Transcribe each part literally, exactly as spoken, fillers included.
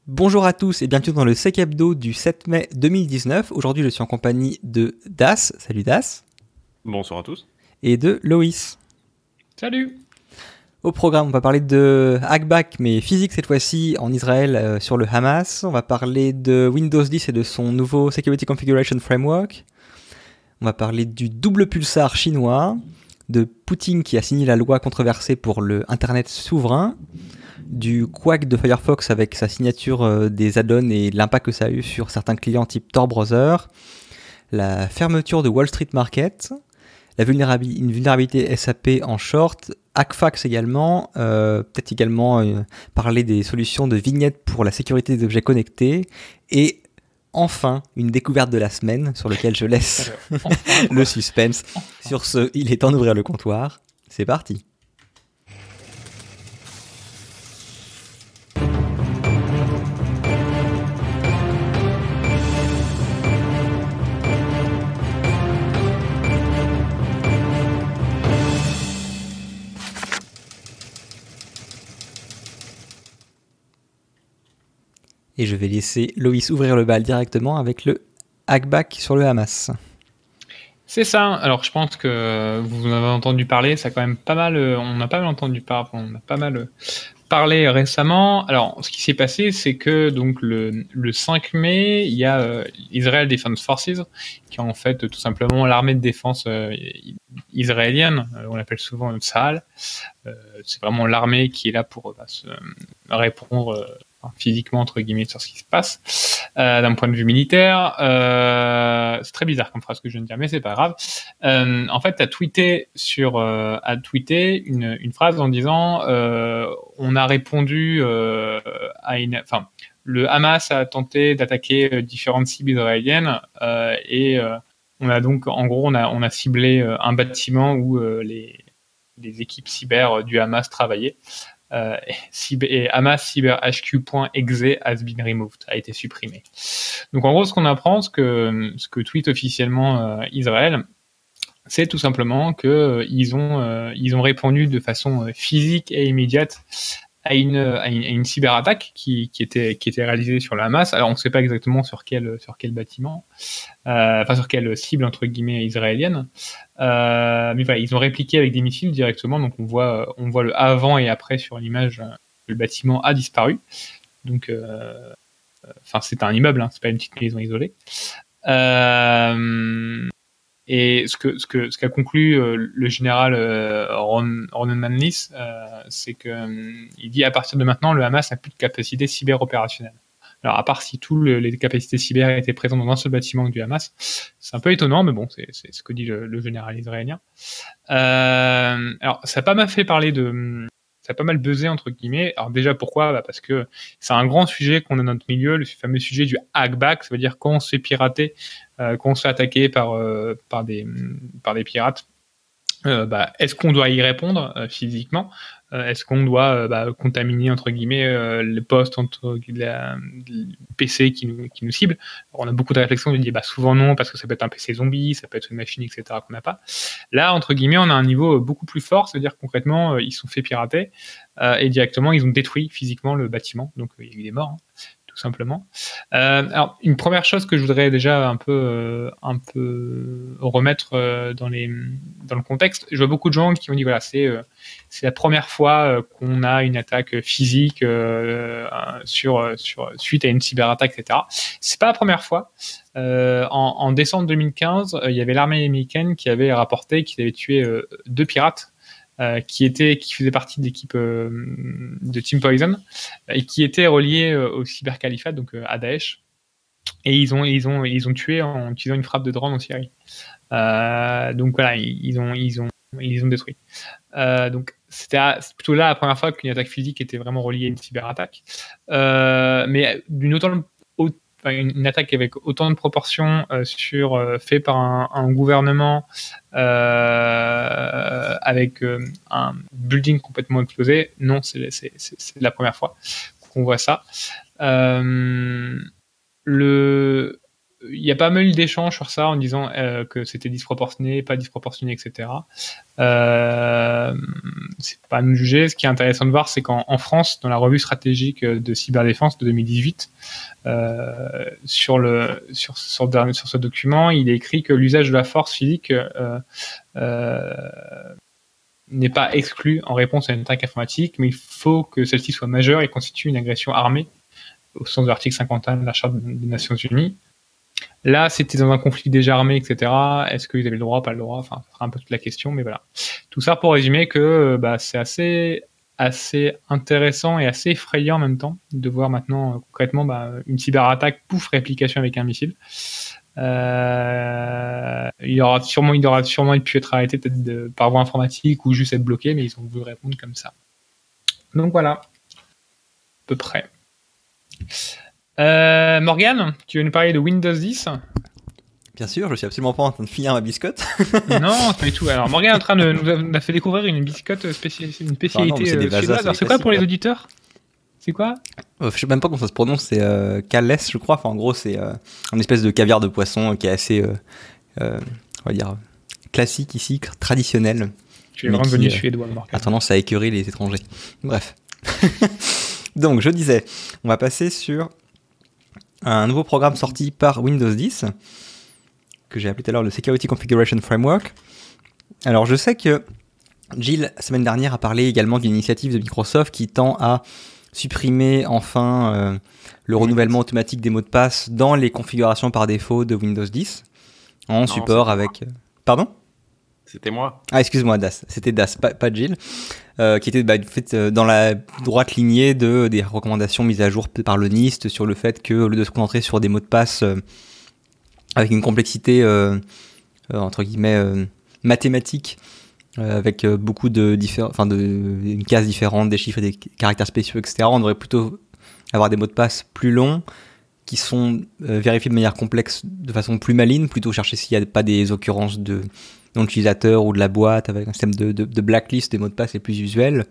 Bonjour à tous et bienvenue dans le Sec Hebdo du sept mai deux mille dix-neuf. Aujourd'hui, je suis en compagnie de Das. Salut Das. Bonsoir à tous. Et de Loïs. Salut. Au programme, on va parler de Hackback, mais physique cette fois-ci, en Israël euh, sur le Hamas. On va parler de Windows dix et de son nouveau Security Configuration Framework. On va parler du double pulsar chinois, de Poutine qui a signé la loi controversée pour le Internet souverain, du Quack de Firefox avec sa signature euh, des add-ons et l'impact que ça a eu sur certains clients type Tor Browser, la fermeture de Wall Street Market, la vulnérabil- une vulnérabilité S A P en short, Hackfax également, euh, peut-être également euh, parler des solutions de vignettes pour la sécurité des objets connectés, et enfin une découverte de la semaine sur laquelle je laisse Enfin, le suspense. Enfin. Sur ce, il est temps d'ouvrir le comptoir. C'est parti. Et je vais laisser Loïs ouvrir le bal directement avec le hackback sur le Hamas. C'est ça. Alors, je pense que vous en avez entendu parler. Ça a quand même pas mal. euh, On a pas mal entendu parler. On a pas mal euh, parlé récemment. Alors, ce qui s'est passé, c'est que donc le, le cinq mai, il y a euh, Israel Defense Forces, qui est en fait tout simplement l'armée de défense euh, israélienne. Euh, on l'appelle souvent le Tsahal. Euh, c'est vraiment l'armée qui est là pour euh, bah, se, répondre. Euh, physiquement entre guillemets sur ce qui se passe euh, d'un point de vue militaire. Euh, c'est très bizarre comme phrase que je viens de dire, mais c'est pas grave. Euh, en fait, a tweeté sur euh, a tweeté une, une phrase en disant euh, on a répondu euh, à une, enfin le Hamas a tenté d'attaquer différentes cibles israéliennes euh, et euh, on a donc en gros on a on a ciblé euh, un bâtiment où euh, les les équipes cyber du Hamas travaillaient. Euh, et Hamas Cyber H Q.exe has been removed, a été supprimé. Donc en gros, ce qu'on apprend, ce que, ce que tweet officiellement euh, Israël, c'est tout simplement que euh, ils ont euh, ils ont répondu de façon euh, physique et immédiate à une à une, à une cyberattaque qui, qui était qui était réalisée sur le Hamas. Alors on ne sait pas exactement sur quel sur quel bâtiment, euh, enfin sur quelle cible entre guillemets israélienne. Euh, mais voilà, ils ont répliqué avec des missiles directement. Donc on voit on voit le avant et après sur l'image. Le bâtiment a disparu. Donc euh, enfin c'est un immeuble, hein, c'est pas une petite maison isolée. Euh, Et ce que ce que ce qu'a conclu euh, le général euh, Ron, Ronan Manlis, euh, c'est que euh, il dit à partir de maintenant, le Hamas n'a plus de capacité cyber opérationnelle. Alors à part si toutes les capacités cyber étaient présentes dans un seul bâtiment du Hamas, c'est un peu étonnant, mais bon, c'est, c'est ce que dit le, le général israélien. Euh, alors ça a pas mal fait parler de ça a pas mal buzzé entre guillemets. Alors déjà pourquoi bah parce que c'est un grand sujet qu'on a dans notre milieu, le fameux sujet du hackback, ça veut dire quand on se fait pirater, euh, quand on se fait attaquer par euh, par des par des pirates. Euh, bah, est-ce qu'on doit y répondre euh, physiquement euh, Est-ce qu'on doit euh, bah, contaminer entre guillemets euh, les postes entre la, le P C qui nous, qui nous cible? Alors, on a beaucoup de réflexions, on dit bah souvent non parce que ça peut être un P C zombie, ça peut être une machine, et cetera qu'on n'a pas. Là entre guillemets, on a un niveau beaucoup plus fort, c'est-à-dire concrètement euh, ils sont fait pirater euh, et directement ils ont détruit physiquement le bâtiment, donc il y a eu des morts. Hein. Tout simplement. Euh, alors, une première chose que je voudrais déjà un peu, euh, un peu remettre euh, dans, les, dans le contexte, je vois beaucoup de gens qui m'ont dit voilà, c'est, euh, c'est la première fois euh, qu'on a une attaque physique euh, sur, sur, suite à une cyberattaque, et cetera. C'est pas la première fois. Euh, en, en décembre deux mille quinze, euh, il y avait l'armée américaine qui avait rapporté qu'ils avaient tué euh, deux pirates. Euh, qui était qui faisait partie de l'équipe euh, de Team Poison et qui était relié euh, au cybercalifat, donc euh, à Daesh, et ils ont ils ont ils ont tué en utilisant une frappe de drone en Syrie. Euh, donc voilà, ils ont ils ont ils ont détruit. Euh, donc c'était c'est plutôt là la première fois qu'une attaque physique était vraiment reliée à une cyberattaque, euh, mais d'une autant une attaque avec autant de proportions euh, sur euh, fait par un, un gouvernement euh, avec euh, un building complètement explosé, non, c'est, c'est, c'est, c'est la première fois qu'on voit ça. Euh, le il y a pas mal d'échanges sur ça en disant euh, que c'était disproportionné, pas disproportionné, et cetera. Euh, c'est pas à nous de juger. Ce qui est intéressant de voir, c'est qu'en en France, dans la revue stratégique de cyberdéfense de deux mille dix-huit, euh, sur, le, sur, sur, sur ce document, il est écrit que l'usage de la force physique euh, euh, n'est pas exclu en réponse à une attaque informatique, mais il faut que celle-ci soit majeure et constitue une agression armée au sens de l'article cinquante et un de la Charte des Nations Unies. Là, c'était dans un conflit déjà armé, et cetera. Est-ce qu'ils avaient le droit, pas le droit? Enfin, ça sera un peu toute la question, mais voilà. Tout ça pour résumer que bah, c'est assez, assez intéressant et assez effrayant en même temps de voir maintenant euh, concrètement bah, une cyberattaque, pouf, réplication avec un missile. Euh, il aura sûrement, il aura sûrement pu être arrêté peut-être de, par voie informatique ou juste être bloqué, mais ils ont voulu répondre comme ça. Donc voilà, à peu près. Euh, Morgane, tu veux nous parler de Windows dix? Bien sûr, je suis absolument pas en train de finir ma biscotte. Non, pas du tout. Alors Morgane est en train de nous a, nous a fait découvrir une biscotte spéciale, une spécialité ah non, euh, suédoise. Alors c'est quoi pour les auditeurs? C'est quoi? euh, Je sais même pas comment ça se prononce. C'est euh, Calles, je crois. Enfin, en gros, c'est euh, une espèce de caviar de poisson qui est assez, euh, euh, on va dire, classique ici, traditionnel. Tu es vraiment devenu suédois, Morgane. A tendance à écœurer les étrangers. Bref. Donc, je disais, on va passer sur un nouveau programme sorti par Windows dix, que j'ai appelé tout à l'heure le Security Configuration Framework. Alors, je sais que Jill, la semaine dernière, a parlé également d'une initiative de Microsoft qui tend à supprimer enfin euh, le renouvellement automatique des mots de passe dans les configurations par défaut de Windows dix, en non, support avec... Pardon ? C'était moi. Ah, excuse-moi, Das. C'était Das, pas, pas Jill. Euh, qui était bah, fait, euh, dans la droite lignée de, des recommandations mises à jour par le NIST sur le fait que, au lieu de se concentrer sur des mots de passe euh, avec une complexité, euh, euh, entre guillemets, euh, mathématique, euh, avec euh, beaucoup de, diffé- enfin de une case différente, des chiffres et des caractères spéciaux, et cetera, on devrait plutôt avoir des mots de passe plus longs, qui sont euh, vérifiés de manière complexe, de façon plus maligne, plutôt chercher s'il n'y a pas des occurrences de nom d'utilisateur ou de la boîte avec un système de, de, de blacklist des mots de passe les plus usuels.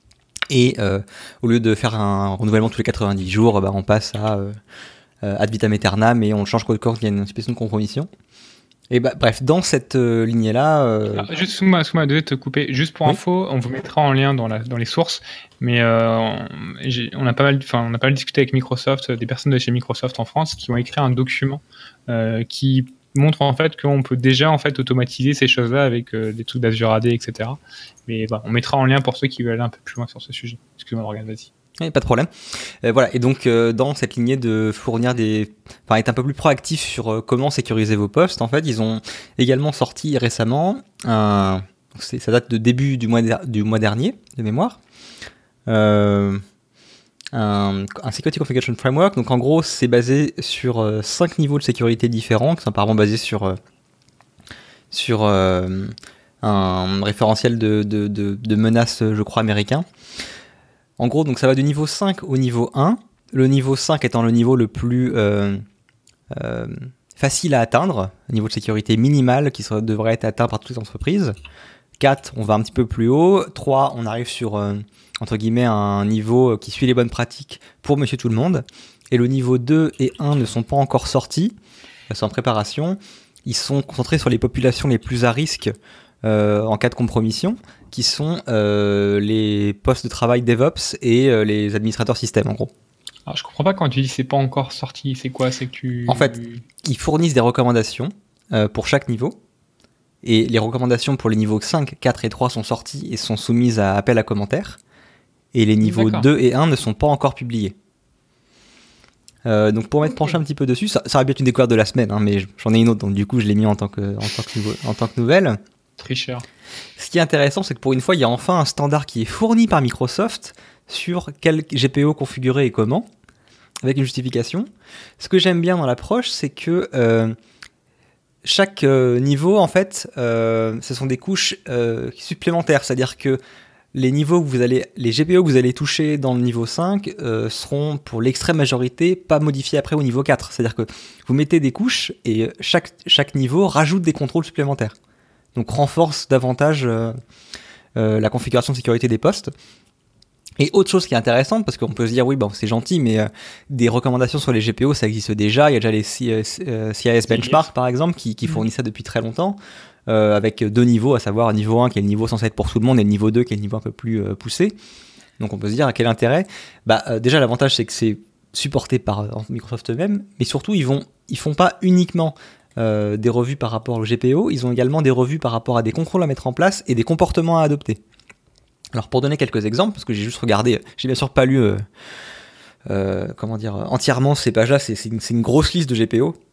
Et euh, au lieu de faire un renouvellement tous les quatre-vingt-dix jours, bah, on passe à euh, ad vitam aeternam et on change code corps, il y a une espèce de compromission. Et bah, bref, dans cette euh, lignée-là... Euh... Alors, juste sous ma, sous ma de te couper, juste pour oui. info, on vous mettra en lien dans, la, dans les sources, mais euh, on, on, a pas mal, on a pas mal discuté avec Microsoft, des personnes de chez Microsoft en France qui ont écrit un document euh, qui montre en fait qu'on peut déjà en fait automatiser ces choses-là avec euh, des trucs d'Azure A D, et cetera. Mais bah, on mettra en lien pour ceux qui veulent aller un peu plus loin sur ce sujet. Excuse-moi, Morgane, vas-y. Oui, pas de problème. Euh, voilà, et donc euh, dans cette lignée de fournir des... Enfin, être un peu plus proactif sur euh, comment sécuriser vos postes, en fait, ils ont également sorti récemment, un... C'est, ça date de début du mois, de... du mois dernier, de mémoire, euh... un... un Security Configuration Framework. Donc en gros, c'est basé sur euh, cinq niveaux de sécurité différents, qui sont apparemment basés sur, euh, sur euh, un référentiel de, de, de, de menaces, je crois, américain. En gros, donc ça va du niveau cinq au niveau un. Le niveau cinq étant le niveau le plus euh, euh, facile à atteindre, un niveau de sécurité minimal qui sera, devrait être atteint par toutes les entreprises. quatre, on va un petit peu plus haut. trois, on arrive sur, euh, entre guillemets, un niveau qui suit les bonnes pratiques pour monsieur tout le monde. Et le niveau deux et un ne sont pas encore sortis, ils sont en préparation. Ils sont concentrés sur les populations les plus à risque euh, en cas de compromission, qui sont euh, les postes de travail DevOps et euh, les administrateurs système, en gros. Alors, je comprends pas quand tu dis c'est pas encore sorti, c'est quoi? C'est que tu... En fait, ils fournissent des recommandations euh, pour chaque niveau, et les recommandations pour les niveaux cinq, quatre et trois sont sorties et sont soumises à appel à commentaires, et les niveaux D'accord. deux et un ne sont pas encore publiés. Euh, donc pour m'être penché un petit peu dessus, ça, ça aurait pu être une découverte de la semaine, hein, mais j'en ai une autre, donc du coup je l'ai mis en tant que, en tant que, nouveau, en tant que nouvelle. Tricheur. Ce qui est intéressant, c'est que pour une fois, il y a enfin un standard qui est fourni par Microsoft sur quel G P O configurer et comment, avec une justification. Ce que j'aime bien dans l'approche, c'est que euh, chaque euh, niveau, en fait, euh, ce sont des couches euh, supplémentaires. C'est-à-dire que les niveaux que vous allez, les G P O que vous allez toucher dans le niveau cinq euh, seront, pour l'extrême majorité, pas modifiés après au niveau quatre. C'est-à-dire que vous mettez des couches et chaque, chaque niveau rajoute des contrôles supplémentaires. Donc renforce davantage euh, euh, la configuration de sécurité des postes. Et autre chose qui est intéressante, parce qu'on peut se dire, oui, bon, c'est gentil, mais euh, des recommandations sur les G P O, ça existe déjà. Il y a déjà les C I S Benchmark, par exemple, qui, qui fournissent ça depuis très longtemps, euh, avec deux niveaux, à savoir un niveau un qui est le niveau censé être pour tout le monde, et le niveau deux qui est le niveau un peu plus euh, poussé. Donc on peut se dire, à quel intérêt bah, euh, déjà, l'avantage, c'est que c'est supporté par euh, Microsoft eux-mêmes, mais surtout, ils vont, ils font pas uniquement euh, des revues par rapport au G P O, ils ont également des revues par rapport à des contrôles à mettre en place et des comportements à adopter. Alors pour donner quelques exemples, parce que j'ai juste regardé, j'ai bien sûr pas lu euh, euh, comment dire, entièrement ces pages-là, c'est, c'est, une, c'est une grosse liste de G P O,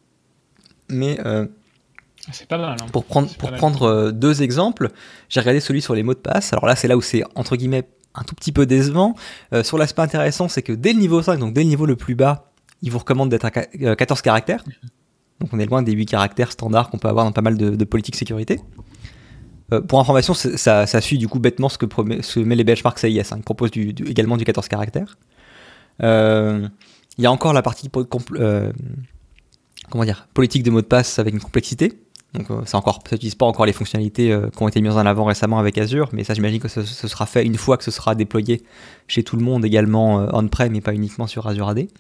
mais euh, c'est pas mal. Hein. Pour prendre, c'est pour prendre euh, deux exemples, j'ai regardé celui sur les mots de passe. Alors là, c'est là où c'est entre guillemets un tout petit peu décevant. Euh, sur l'aspect intéressant, c'est que dès le niveau cinq, donc dès le niveau le plus bas, il vous recommande d'être à quatorze caractères. Donc on est loin des huit caractères standards qu'on peut avoir dans pas mal de, de politiques sécurité. Euh, pour information, ça, ça suit du coup bêtement ce que, promet, ce que met les benchmarks C I S. Hein. Ils proposent du, du, également du quatorze caractères. Il euh, y a encore la partie compl- euh, comment dire, politique de mots de passe avec une complexité. Donc euh, ça n'utilise pas encore les fonctionnalités euh, qui ont été mises en avant récemment avec Azure, mais ça j'imagine que ce, ce sera fait une fois que ce sera déployé chez tout le monde également euh, on-prem et pas uniquement sur Azure A D.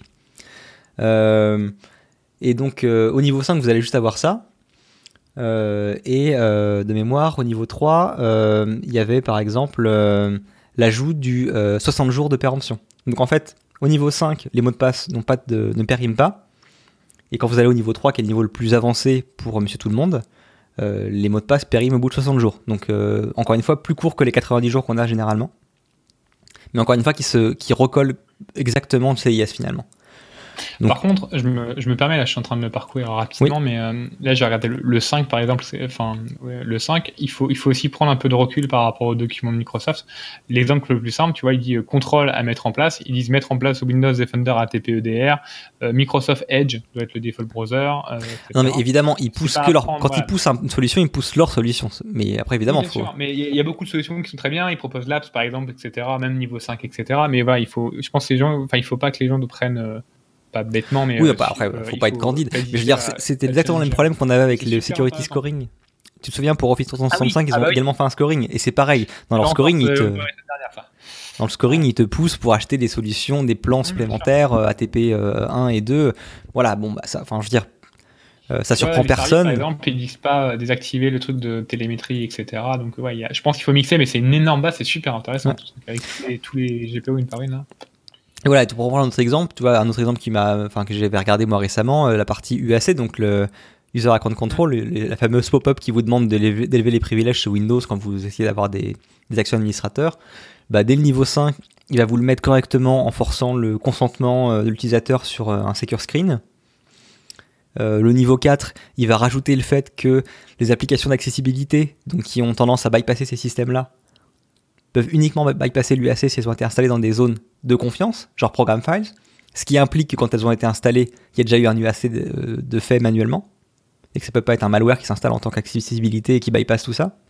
Euh, et donc euh, au niveau cinq, vous allez juste avoir ça. Euh, et euh, de mémoire, au niveau trois, euh, il y avait par exemple euh, l'ajout du euh, soixante jours de péremption. Donc en fait, au niveau cinq, les mots de passe n'ont pas de, ne périment pas. Et quand vous allez au niveau trois, qui est le niveau le plus avancé pour Monsieur Tout-le-Monde, euh, les mots de passe périment au bout de soixante jours. Donc euh, encore une fois, plus court que les quatre-vingt-dix jours qu'on a généralement. Mais encore une fois, qui, se, qui recolle exactement le C I S finalement. Donc, par contre, je me, je me permets, là je suis en train de me parcourir rapidement, oui. mais euh, là j'ai regardé le, le cinq par exemple, c'est, enfin, ouais, le cinq, il faut, il faut aussi prendre un peu de recul par rapport aux documents de Microsoft. L'exemple le plus simple, tu vois, il dit euh, contrôle à mettre en place, ils disent mettre en place Windows Defender A T P E D R, euh, Microsoft Edge doit être le default browser. Euh, non mais évidemment, ils poussent que leur, prendre, quand voilà. ils poussent une solution, ils poussent leur solution, mais après évidemment, oui, faut... sûr, mais il y, y a beaucoup de solutions qui sont très bien, ils proposent Labs par exemple, et cetera, même niveau cinq, et cetera, mais voilà, il faut, je pense que les gens, enfin, il faut pas que les gens nous prennent... Euh, pas bêtement, mais... Oui, euh, bah, après, euh, faut pas être candide. Mais je veux dire, c'était exactement le même problème qu'on avait avec le security scoring. Tu te souviens, pour Office trois cent soixante-cinq, ah oui, ils ont ah bah également oui. fait un scoring. Et c'est pareil. Dans leur scoring, ils te... Dans le scoring, ils te poussent pour acheter des solutions, des plans supplémentaires, euh, A T P euh, un et deux. Voilà, bon, bah, ça, enfin, je veux dire, euh, ça surprend ouais, personne. Par exemple, ils disent pas désactiver le truc de télémétrie, et cetera. Donc, ouais, y a, je pense qu'il faut mixer, mais c'est une énorme base, c'est super intéressant. Ouais. Avec tous les, tous les G P O une par une, là. Et voilà, pour prendre un autre exemple, tu vois, un autre exemple qui m'a, enfin, que j'avais regardé moi récemment, euh, la partie U A C, donc le User Account Control, le, la fameuse pop-up qui vous demande d'élever, d'élever les privilèges chez Windows quand vous essayez d'avoir des, des actions administrateurs. Bah, dès le niveau cinq, il va vous le mettre correctement en forçant le consentement euh, de l'utilisateur sur euh, un secure screen. Euh, le niveau quatre, il va rajouter le fait que les applications d'accessibilité, donc qui ont tendance à bypasser ces systèmes-là, peuvent uniquement bypasser l'U A C si elles ont été installées dans des zones de confiance, genre Program Files, ce qui implique que quand elles ont été installées, il y a déjà eu un U A C de, de fait manuellement, et que ça peut pas être un malware qui s'installe en tant qu'accessibilité et qui bypasse tout ça.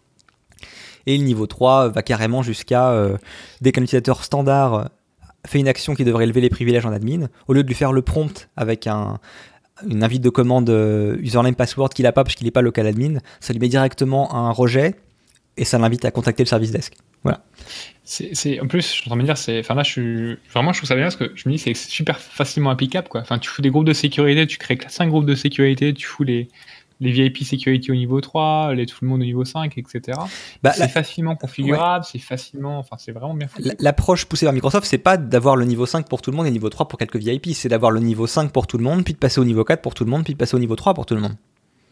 Et le niveau trois va carrément jusqu'à, euh, dès qu'un utilisateur standard fait une action qui devrait élever les privilèges en admin, au lieu de lui faire le prompt avec un, une invite de commande euh, username password qu'il n'a pas parce qu'il n'est pas local admin, ça lui met directement un rejet, et ça l'invite à contacter le service desk. Voilà. C'est, c'est, en plus, je suis en train de me dire, c'est, enfin là, je suis, vraiment, je trouve ça bien parce que je me dis, c'est super facilement applicable, quoi. Enfin, tu fous des groupes de sécurité, tu crées cinq groupes de sécurité, tu fous les, les V I P security au niveau trois, les, tout le monde au niveau cinq, et cetera. Bah, c'est la... facilement configurable, ouais. c'est facilement, enfin, c'est vraiment bien fait. L'approche poussée par Microsoft, c'est pas d'avoir le niveau cinq pour tout le monde et le niveau trois pour quelques V I P, c'est d'avoir le niveau cinq pour tout le monde, puis de passer au niveau quatre pour tout le monde, puis de passer au niveau trois pour tout le monde.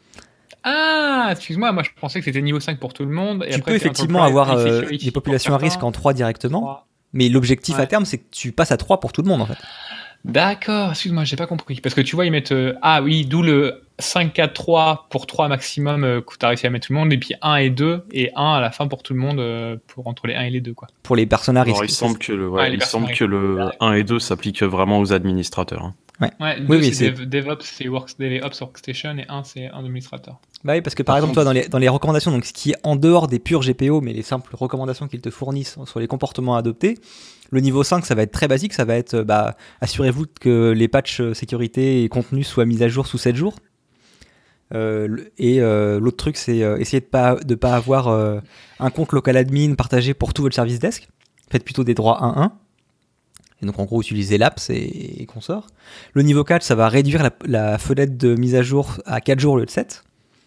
Ah, excuse-moi, moi je pensais que c'était niveau cinq pour tout le monde. Et tu après, peux effectivement avoir euh, des populations à risque en trois directement, trois. Mais l'objectif ouais. à terme, c'est que tu passes à trois pour tout le monde en fait. D'accord, excuse-moi, j'ai pas compris. Parce que tu vois, ils mettent. Euh, ah oui, d'où le cinq, quatre, trois pour trois maximum euh, que tu as réussi à mettre tout le monde, et puis un et deux, et un à la fin pour tout le monde, euh, pour entre les un et les deux, quoi. Pour les personnes à risque. Alors, il semble que le, ouais, ouais, il semble que le un et deux s'applique vraiment aux administrateurs. Hein. Ouais, ouais deux, oui, oui, c'est, c'est... DevOps, c'est Works, DevOps Workstation, et un, c'est un administrateur. Bah oui, parce que par, par exemple, contre, toi, dans les, dans les recommandations, donc ce qui est en dehors des purs G P O, mais les simples recommandations qu'ils te fournissent sur les comportements à adopter, le niveau cinq, ça va être très basique, ça va être, bah, assurez-vous que les patchs sécurité et contenu soient mis à jour sous sept jours. Euh, et euh, l'autre truc, c'est euh, essayer de pas, de pas avoir euh, un compte local admin partagé pour tout votre service desk. faites plutôt des droits un un. Et donc en gros, utilisez l'apps et, et consorts. Le niveau quatre, ça va réduire la, la fenêtre de mise à jour à quatre jours au lieu de sept.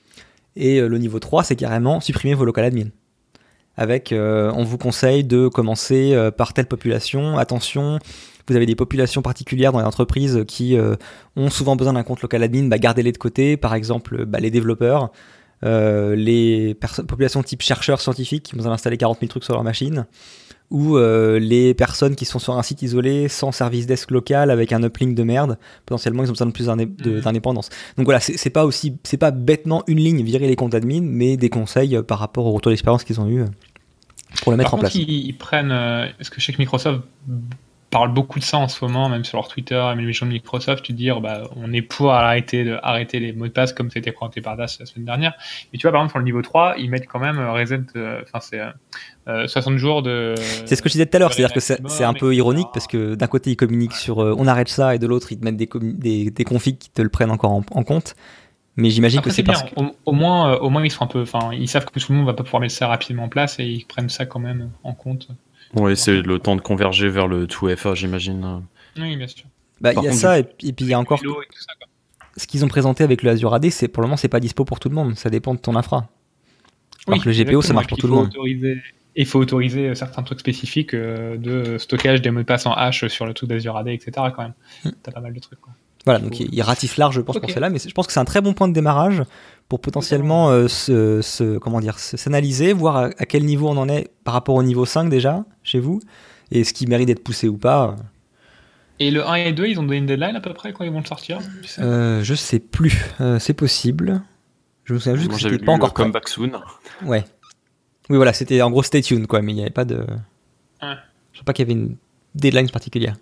Et euh, le niveau trois, c'est carrément supprimer vos local admin. Avec, euh, on vous conseille de commencer euh, par telle population. Attention, vous avez des populations particulières dans les entreprises qui euh, ont souvent besoin d'un compte local admin, bah, gardez-les de côté. Par exemple, bah, les développeurs, euh, les perso- populations type chercheurs scientifiques qui ont besoin d'installer quarante mille trucs sur leur machine, ou euh, les personnes qui sont sur un site isolé sans service desk local avec un uplink de merde. Potentiellement, ils ont besoin de plus d'indé- de, d'indépendance. Donc voilà, c'est, c'est pas aussi, c'est pas bêtement une ligne virer les comptes admin, mais des conseils par rapport au retour d'expérience qu'ils ont eu pour le mettre Par en contre, place. Ils, ils prennent, euh, parce que je sais que Microsoft parle beaucoup de ça en ce moment, même sur leur Twitter, même les gens de Microsoft, tu dire bah, on est pour arrêter, de, arrêter les mots de passe comme c'était présenté par Das la semaine dernière. Mais tu vois, par exemple, sur le niveau trois, ils mettent quand même euh, reset, enfin euh, c'est euh, soixante jours de. C'est ce que je disais tout à l'heure, c'est-à-dire que c'est, c'est un peu ironique parce que d'un côté ils communiquent ouais. sur euh, on arrête ça et de l'autre ils te mettent des, com- des, des configs qui te le prennent encore en, en compte. Mais j'imagine Après, que c'est, c'est bien. parce que... Au, au moins, euh, au moins ils sont un peu, enfin, ils savent que tout le monde va pas pouvoir mettre ça rapidement en place et ils prennent ça quand même en compte. Oui, c'est le temps de converger vers le deux F A, j'imagine. Oui, bien sûr. Bah, il y a contre, ça, du... et puis il y a encore. Et tout ça, quoi. Ce qu'ils ont présenté avec le Azure A D, c'est, pour le moment, c'est pas dispo pour tout le monde. Ça dépend de ton infra. Alors oui, que le G P O, ça marche pour tout le monde. Autoriser... Il faut autoriser certains trucs spécifiques euh, de stockage des mots de passe en hash sur le truc d'Azure A D, et cetera. Quand même. Hmm. T'as pas mal de trucs, quoi. Voilà, donc il, il ratisse large, je pense, okay. pour cela, mais je pense que c'est un très bon point de démarrage pour potentiellement euh, se, se, comment dire, se, s'analyser, voir à, à quel niveau on en est par rapport au niveau cinq déjà, chez vous, et ce qui mérite d'être poussé ou pas. Et le un et deux, ils ont donné une deadline à peu près quand ils vont le sortir, tu sais euh, Je sais plus, euh, c'est possible. Je me souviens juste Moi, que c'était pas encore Come Back Soon. Ouais. Oui, voilà, c'était en gros stay tuned, quoi, mais il n'y avait pas de... Ouais. Je sais pas qu'il y avait une deadline particulière.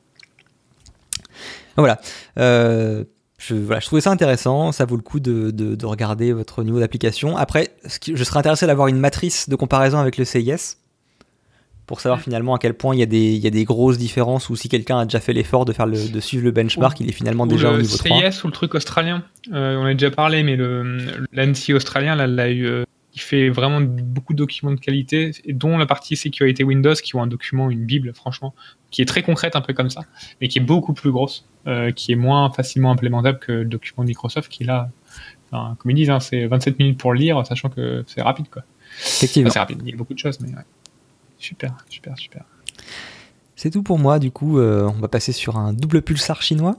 Voilà. Euh, je, voilà, je trouvais ça intéressant. Ça vaut le coup de, de, de regarder votre niveau d'application. Après, ce qui, je serais intéressé d'avoir une matrice de comparaison avec le C I S pour savoir mmh. finalement à quel point il y a des, il y a des grosses différences ou si quelqu'un a déjà fait l'effort de, faire le, de suivre le benchmark, ou, il est finalement déjà au niveau trois. Le C I S ou le truc australien. Euh, on a déjà parlé, mais le, l'A N S I australien, là, l'a eu... Euh... qui fait vraiment beaucoup de documents de qualité, et dont la partie sécurité Windows, qui ont un document, une bible, franchement, qui est très concrète, un peu comme ça, mais qui est beaucoup plus grosse, euh, qui est moins facilement implémentable que le document de Microsoft, qui là, enfin, comme ils disent, hein, c'est vingt-sept minutes pour le lire, sachant que c'est rapide, quoi. Effectivement. Enfin, c'est rapide, il y a beaucoup de choses, mais ouais. Super, super, super. C'est tout pour moi, du coup, euh, on va passer sur un double pulsar chinois.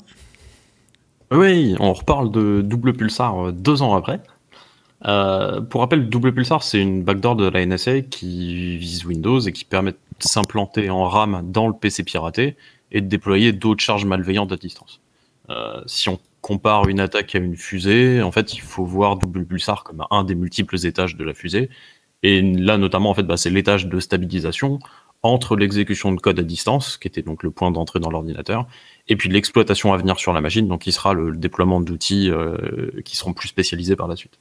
Oui, on reparle de double pulsar deux ans après. Euh, pour rappel, double pulsar, c'est une backdoor de la N S A qui vise Windows et qui permet de s'implanter en RAM dans le P C piraté et de déployer d'autres charges malveillantes à distance. Euh, si on compare une attaque à une fusée, en fait, il faut voir double pulsar comme un des multiples étages de la fusée. Et là, notamment, en fait, bah, c'est l'étage de stabilisation entre l'exécution de code à distance, qui était donc le point d'entrée dans l'ordinateur, et puis l'exploitation à venir sur la machine, donc qui sera le, le déploiement d'outils euh, qui seront plus spécialisés par la suite.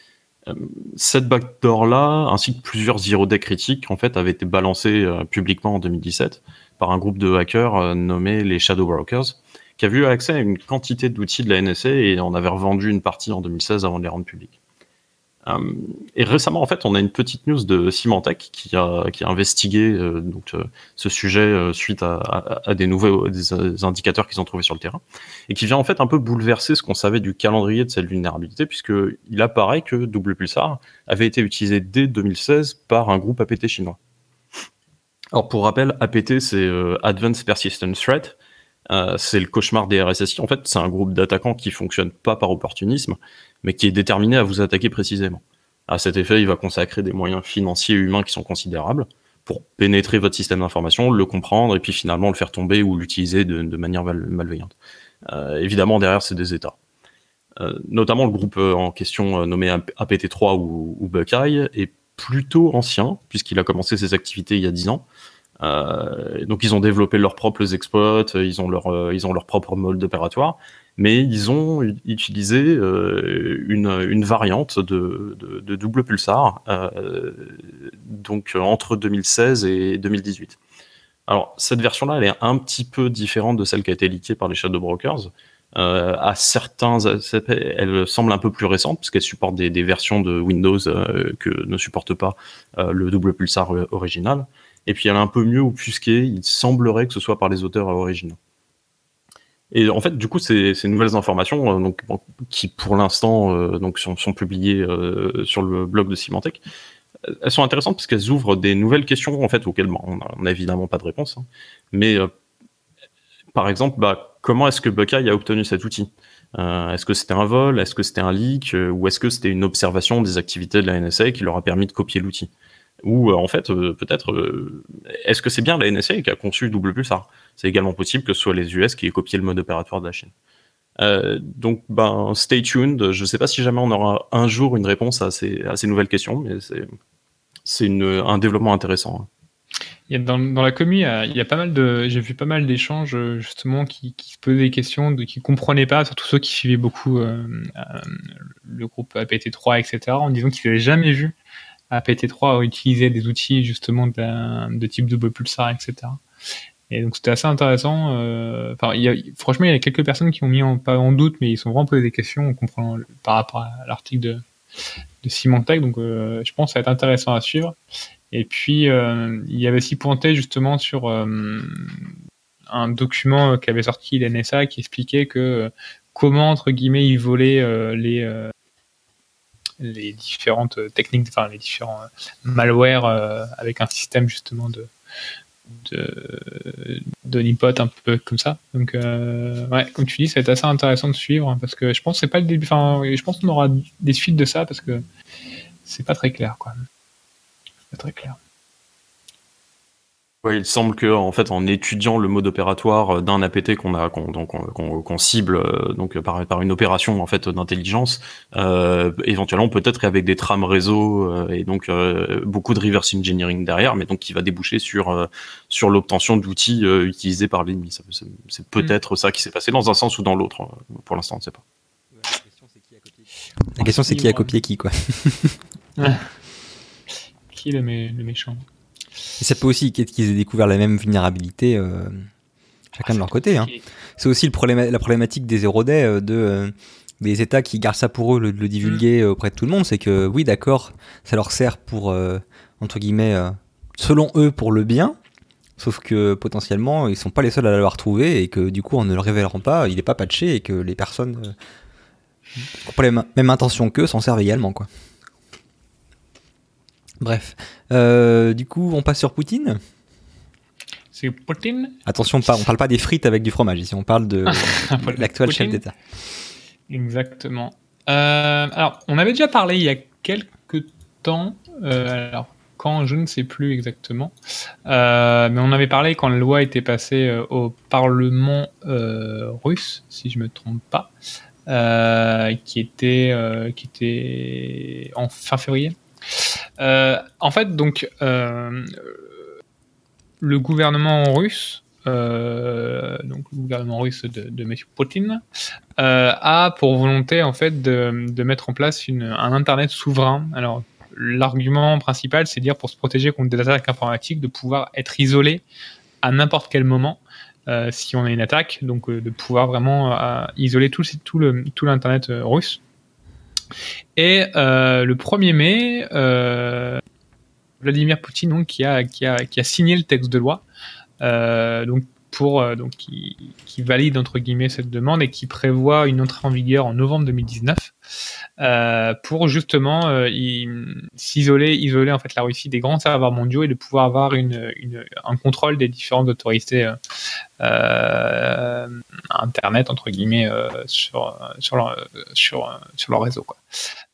Cette backdoor-là, ainsi que plusieurs zero day critiques, en fait, avaient été balancées euh, publiquement en deux mille dix-sept par un groupe de hackers euh, nommé les Shadow Brokers, qui avait eu accès à une quantité d'outils de la N S A et en avait revendu une partie en deux mille seize avant de les rendre publics. Euh, et récemment, en fait, on a une petite news de Symantec qui a, qui a investigué euh, donc, euh, ce sujet euh, suite à, à, à des nouveaux des, des indicateurs qu'ils ont trouvés sur le terrain, et qui vient en fait un peu bouleverser ce qu'on savait du calendrier de cette vulnérabilité, puisqu'il apparaît que double pulsar avait été utilisé dès deux mille seize par un groupe A P T chinois. Alors pour rappel, A P T c'est euh, Advanced Persistent Threat. Euh, c'est le cauchemar des R S S I. En fait, c'est un groupe d'attaquants qui fonctionne pas par opportunisme, mais qui est déterminé à vous attaquer précisément. À cet effet, il va consacrer des moyens financiers et humains qui sont considérables pour pénétrer votre système d'information, le comprendre et puis finalement le faire tomber ou l'utiliser de, de manière mal, malveillante. Euh, évidemment, derrière, c'est des États. Euh, notamment, le groupe en question euh, nommé A P T trois ou, ou Buckeye est plutôt ancien, puisqu'il a commencé ses activités il y a dix ans. Euh, donc ils ont développé leurs propres exploits, ils ont leur, euh, ils ont leur propre mode opératoire, mais ils ont utilisé euh, une, une variante de, de, de double pulsar euh, donc entre deux mille seize et deux mille dix-huit. Alors cette version-là, elle est un petit peu différente de celle qui a été leakée par les Shadow Brokers. Euh, à certains, elle semble un peu plus récente parce qu'elle supporte des, des versions de Windows euh, que ne supporte pas euh, le double pulsar original. et puis elle est un peu mieux obfusquée. Il semblerait que ce soit par les auteurs originaux. Et en fait, du coup, ces, ces nouvelles informations, euh, donc, bon, qui pour l'instant euh, donc sont, sont publiées euh, sur le blog de Symantec, elles sont intéressantes parce qu'elles ouvrent des nouvelles questions en fait auxquelles bon, on n'a évidemment pas de réponse. Hein. Mais euh, par exemple, bah, comment est-ce que Buckeye a obtenu cet outil ? euh, Est-ce que c'était un vol ? Est-ce que c'était un leak ? euh, Ou est-ce que c'était une observation des activités de la N S A qui leur a permis de copier l'outil ? Ou euh, en fait, euh, peut-être, euh, est-ce que c'est bien la N S A qui a conçu Double Pulsar ? C'est également possible que ce soit les U S qui aient copié le mode opératoire de la Chine. Euh, donc, ben, stay tuned. Je ne sais pas si jamais on aura un jour une réponse à ces, à ces nouvelles questions, mais c'est, c'est une, un développement intéressant. Il y a dans, dans la commu, il y, a, il y a pas mal de, j'ai vu pas mal d'échanges justement qui, qui se posaient des questions, de, qui comprenaient pas, surtout ceux qui suivaient beaucoup euh, euh, le groupe A P T trois, et cetera, en disant qu'ils n'avaient jamais vu A P T trois utiliser des outils justement de, la, de type double pulsar, et cetera. Et donc c'était assez intéressant. Euh, enfin, il y a, franchement, il y a quelques personnes qui ont mis en, pas en doute, mais ils sont vraiment posé des questions en comprenant le, par rapport à l'article de, de Symantec. Donc, euh, je pense que ça va être intéressant à suivre. Et puis, euh, il y avait aussi pointé justement sur euh, un document qu'avait sorti l'N S A qui expliquait que euh, comment entre guillemets ils volaient euh, les euh, les différentes techniques, enfin les différents malwares euh, avec un système justement de de, de nipote un peu comme ça. Donc euh, ouais, comme tu dis, ça va être assez intéressant de suivre hein, parce que je pense que c'est pas le début. Enfin, je pense qu'on aura des suites de ça parce que c'est pas très clair, quoi. C'est pas très clair. Ouais, il semble que en fait, en étudiant le mode opératoire d'un A P T qu'on a, qu'on, donc, qu'on, qu'on cible donc par, par une opération en fait d'intelligence, euh, éventuellement peut-être avec des trames réseau euh, et donc euh, beaucoup de reverse engineering derrière, mais donc qui va déboucher sur euh, sur l'obtention d'outils euh, utilisés par l'ennemi. Ça, c'est, c'est peut-être mmh. ça qui s'est passé dans un sens ou dans l'autre. Pour l'instant, on ne sait pas. La question c'est qui a copié qui, quoi. Qui est le, mé- le méchant? Et ça peut aussi être qu'ils aient découvert la même vulnérabilité euh, chacun ah, de leur côté. Hein. C'est aussi le problème, la problématique des zéro day, euh, de, euh, des États qui gardent ça pour eux, le, le divulguer mmh. auprès de tout le monde. C'est que oui, d'accord, ça leur sert pour, euh, entre guillemets, euh, selon eux, pour le bien. Sauf que potentiellement, ils sont pas les seuls à l'avoir trouvé et que du coup, en ne le révéleront pas, il n'est pas patché et que les personnes euh, qui n'ont pas les m- mêmes intentions qu'eux s'en servent également, quoi. Bref, euh, du coup, on passe sur Poutine. C'est Poutine. Attention, on ne parle pas des frites avec du fromage ici, on parle de l'actuel chef d'État. Exactement. Euh, alors, on avait déjà parlé il y a quelques temps, euh, alors quand, je ne sais plus exactement, euh, mais on avait parlé quand la loi était passée euh, au Parlement euh, russe, si je ne me trompe pas, euh, qui était, euh, qui était en fin février. Euh, en fait, donc, euh, le gouvernement russe, euh, donc le gouvernement russe de, de M. Poutine, euh, a pour volonté en fait de, de mettre en place une, un internet souverain. Alors, l'argument principal, c'est de dire pour se protéger contre des attaques informatiques, de pouvoir être isolé à n'importe quel moment. Euh, si on a une attaque, donc euh, de pouvoir vraiment euh, isoler tout, tout, le, tout l'internet euh, russe. Et euh, le premier mai, euh, Vladimir Poutine donc, qui, a, qui, a, qui a signé le texte de loi euh, donc pour, euh, donc, qui, qui valide entre guillemets cette demande et qui prévoit une entrée en vigueur en novembre deux mille dix-neuf euh, pour justement euh, y, s'isoler, isoler en fait la Russie des grands serveurs mondiaux et de pouvoir avoir une, une, un contrôle des différentes autorités euh, euh, internet entre guillemets euh, sur sur leur, sur sur leur réseau, quoi.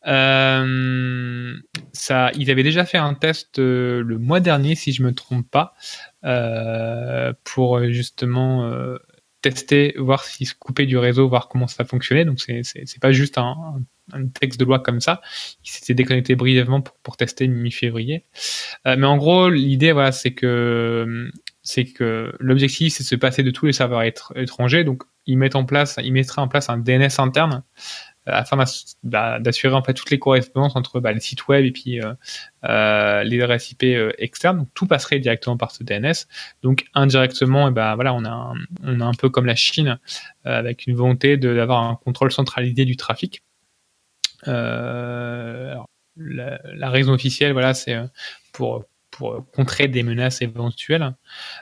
Euh, ça, ils avaient déjà fait un test euh, le mois dernier, si je me trompe pas, euh, pour justement euh, tester, voir s'ils se coupaient du réseau, voir comment ça fonctionnait. Donc c'est c'est, c'est pas juste un, un texte de loi comme ça. Ils s'étaient déconnectés brièvement pour, pour tester mi-février. Euh, mais en gros, l'idée, voilà, c'est que c'est que l'objectif, c'est de se passer de tous les serveurs étr- étrangers. Donc ils mettent en place, ils mettraient en place un D N S interne afin d'assurer en fait toutes les correspondances entre bah, les sites web et puis euh, euh, les adresses I P euh, externes. Donc tout passerait directement par ce D N S. Donc indirectement, et ben voilà, on a un, on a un peu comme la Chine euh, avec une volonté de, d'avoir un contrôle centralisé du trafic. Euh, alors, la, la raison officielle, voilà, c'est pour pour contrer des menaces éventuelles.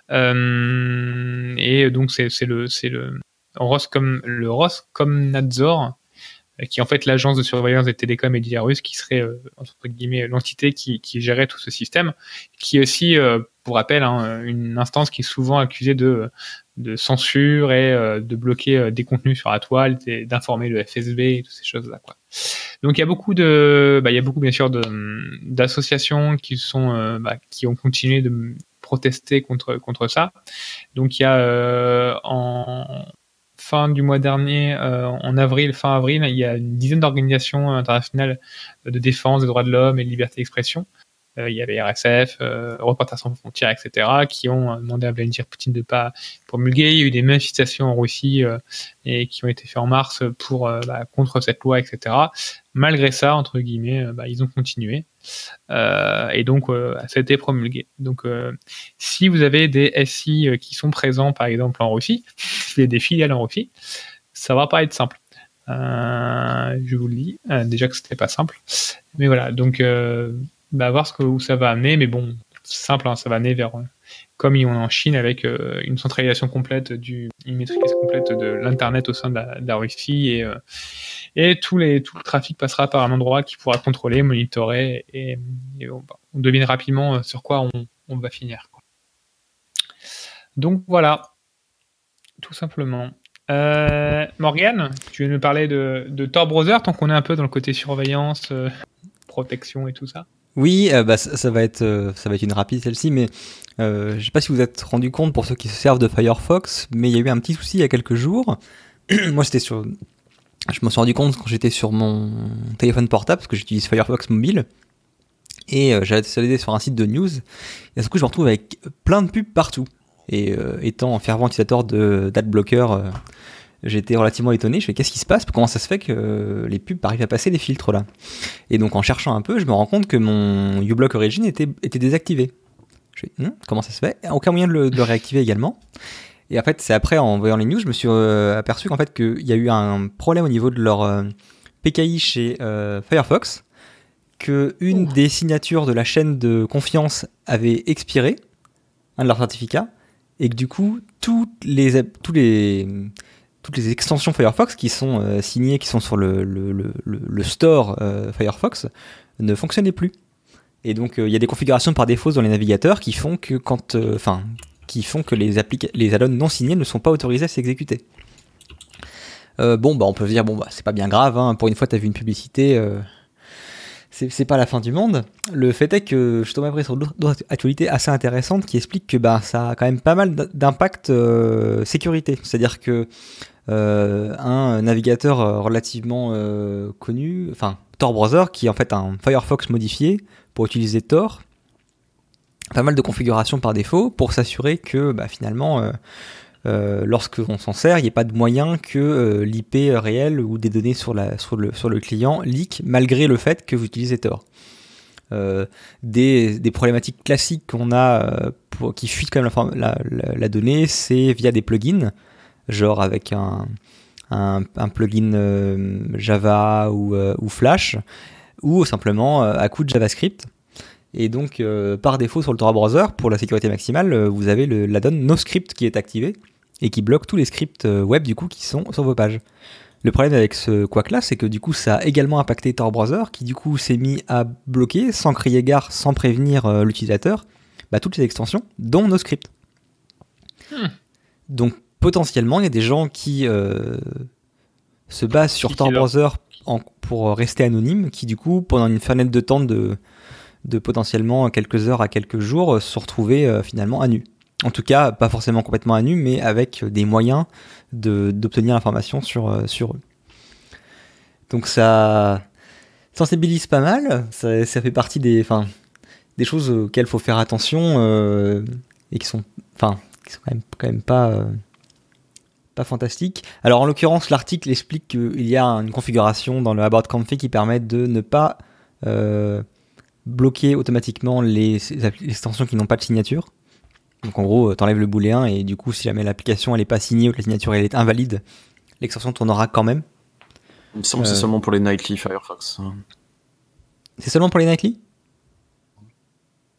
Euh, et donc c'est, c'est le c'est le Roscom, le Roskomnadzor, qui est en fait l'agence de surveillance des télécoms et d'I A russes, qui serait euh, entre guillemets l'entité qui, qui gérait tout ce système, qui est aussi, euh, pour rappel, hein, une instance qui est souvent accusée de, de censure et euh, de bloquer euh, des contenus sur la toile, et d'informer le F S B et toutes ces choses-là, quoi. Donc il y a beaucoup de, bah, il y a beaucoup bien sûr de, d'associations qui sont, euh, bah, qui ont continué de protester contre contre ça. Donc il y a euh, en fin du mois dernier, euh, en avril, fin avril, il y a une dizaine d'organisations internationales de défense des droits de l'homme et de liberté d'expression. Euh, il y avait R S F, euh, Reporters sans frontières, et cetera, qui ont demandé à Vladimir Poutine de ne pas promulguer. Il y a eu des manifestations en Russie euh, et qui ont été faites en mars pour euh, bah, contre cette loi, et cetera. Malgré ça, entre guillemets, euh, bah, ils ont continué. Euh, et donc, euh, ça a été promulgué. Donc, euh, si vous avez des S I qui sont présents, par exemple, en Russie, si vous avez des filiales en Russie, ça va pas être simple. Euh, je vous le dis. Euh, déjà que c'était pas simple. Mais voilà, donc... Euh, bah, voir ce que, où ça va amener, mais bon, c'est simple, hein, ça va amener vers, euh, comme ils ont en Chine, avec euh, une centralisation complète, du, une maîtrise complète de l'Internet au sein de la, de la Russie, et, euh, et tout, les, tout le trafic passera par un endroit qui pourra contrôler, monitorer, et, et on, on devine rapidement sur quoi on, on va finir, quoi. Donc voilà, tout simplement. Euh, Morgane, tu veux nous parler de, de Tor Browser, tant qu'on est un peu dans le côté surveillance, euh, protection et tout ça? Oui, euh, bah, ça, ça, va être, euh, ça va être une rapide celle-ci, mais euh, je ne sais pas si vous vous êtes rendu compte pour ceux qui se servent de Firefox, mais il y a eu un petit souci il y a quelques jours. Moi, c'était sur... je m'en suis rendu compte quand j'étais sur mon téléphone portable, parce que j'utilise Firefox mobile, et euh, j'allais aller sur un site de news, et à ce coup, je me retrouve avec plein de pubs partout. Et euh, étant un fervent utilisateur de d'adblocker, euh, j'étais relativement étonné. Je fais qu'est-ce qui se passe? Comment ça se fait que euh, les pubs arrivent à passer les filtres là? Et donc en cherchant un peu, je me rends compte que mon uBlock Origin était, était désactivé. Je fais hm, comment ça se fait? Aucun moyen de le, de le réactiver également. Et en fait, c'est après en voyant les news, je me suis euh, aperçu qu'en fait qu'il y a eu un problème au niveau de leur euh, P K I chez euh, Firefox, que une oh. des signatures de la chaîne de confiance avait expiré, un de leurs certificats, et que du coup toutes les tous les toutes les extensions Firefox qui sont euh, signées, qui sont sur le, le, le, le store euh, Firefox, ne fonctionnaient plus. Et donc il euh, y a des configurations par défaut dans les navigateurs qui font que quand, enfin, euh, qui font que les applica- les add-ons non signés ne sont pas autorisés à s'exécuter. Euh, bon, bah on peut se dire bon bah c'est pas bien grave, hein, pour une fois t'as vu une publicité. Euh, C'est, c'est pas la fin du monde. Le fait est que je tombe après sur d'autres, d'autres actualités assez intéressantes qui expliquent que bah, ça a quand même pas mal d'impact euh, sécurité. C'est-à-dire que euh, un navigateur relativement euh, connu, enfin Tor Browser, qui est en fait un Firefox modifié pour utiliser Tor, pas mal de configurations par défaut pour s'assurer que bah, finalement... Euh, Euh, lorsqu'on s'en sert, il n'y a pas de moyen que euh, l'I P réel ou des données sur, la, sur, le, sur le client leak malgré le fait que vous utilisez Tor. Euh, des, des problématiques classiques qu'on a euh, pour, qui fuitent quand même la, la, la, la donnée, c'est via des plugins, genre avec un, un, un plugin euh, Java ou, euh, ou Flash, ou simplement euh, à coup de JavaScript. Et donc, euh, par défaut, sur le Tor Browser, pour la sécurité maximale, euh, vous avez le, l'add-on NoScript qui est activé et qui bloque tous les scripts euh, web du coup qui sont sur vos pages. Le problème avec ce couac-là, c'est que du coup, ça a également impacté Tor Browser, qui du coup s'est mis à bloquer, sans crier gare, sans prévenir euh, l'utilisateur, bah, toutes les extensions, dont NoScript. Hmm. Donc, potentiellement, il y a des gens qui euh, se basent sur Tor Browser en, pour rester anonymes, qui du coup, pendant une fenêtre de temps de de potentiellement quelques heures à quelques jours euh, se retrouver euh, finalement à nu. En tout cas, pas forcément complètement à nu, mais avec des moyens de, d'obtenir l'information sur, euh, sur eux. Donc ça sensibilise pas mal, ça, ça fait partie des, des choses auxquelles il faut faire attention euh, et qui sont, qui sont quand même, quand même pas, euh, pas fantastiques. Alors en l'occurrence, l'article explique qu'il y a une configuration dans le About Config qui permet de ne pas... Euh, bloquer automatiquement les, les extensions qui n'ont pas de signature. Donc en gros, t'enlèves le booléen et du coup, si jamais l'application elle est pas signée ou que la signature elle est invalide, l'extension tournera quand même. Il me semble euh... que c'est seulement pour les nightly Firefox. C'est seulement pour les nightly ?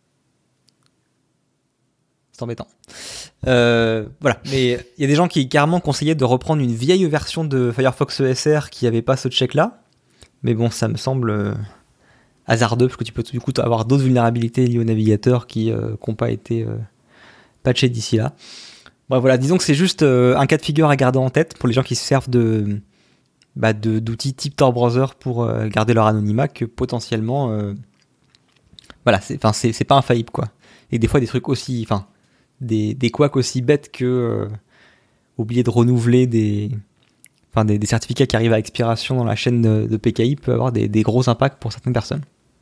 c'est embêtant. Euh, voilà, mais il y a des gens qui carrément conseillaient de reprendre une vieille version de Firefox E S R qui avait pas ce check-là. Mais bon, ça me semble euh, hasardeux parce que tu peux du coup avoir d'autres vulnérabilités liées au navigateur qui n'ont euh, pas été euh, patchées d'ici là. Bon, voilà, disons que c'est juste euh, un cas de figure à garder en tête pour les gens qui se servent de, bah, de d'outils type Tor Browser pour euh, garder leur anonymat, que potentiellement, euh, voilà, c'est, enfin c'est, c'est pas infaillible quoi. Et des fois des trucs aussi, enfin des des couacs aussi bêtes que euh, oublier de renouveler des Enfin, des, des certificats qui arrivent à expiration dans la chaîne de, de P K I peut avoir des, des gros impacts pour certaines personnes.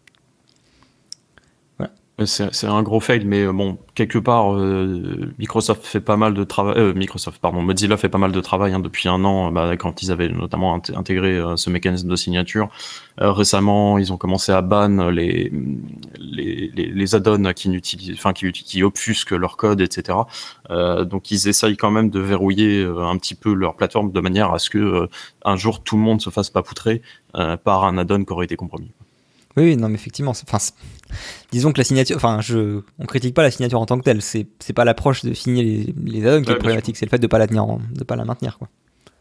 Voilà. C'est, c'est un gros fail, mais bon, quelque part, euh, Microsoft fait pas mal de travail. Euh, Microsoft, pardon, Mozilla fait pas mal de travail hein, depuis un an, bah, quand ils avaient notamment int- intégré euh, ce mécanisme de signature. Euh, récemment, ils ont commencé à ban les les, les, les add-ons qui n'utilisent, enfin qui, qui obfusquent leur code, et cetera. Euh, donc, ils essayent quand même de verrouiller euh, un petit peu leur plateforme de manière à ce que euh, un jour tout le monde se fasse papoutrer euh, par un add-on qui aurait été compromis. Oui, non, mais effectivement, c'est, enfin, c'est, disons que la signature, enfin, je, on critique pas la signature en tant que telle, c'est, c'est pas l'approche de signer les, les add-ons qui Ouais, est problématique, c'est le fait de pas la tenir, en, de pas la maintenir, quoi.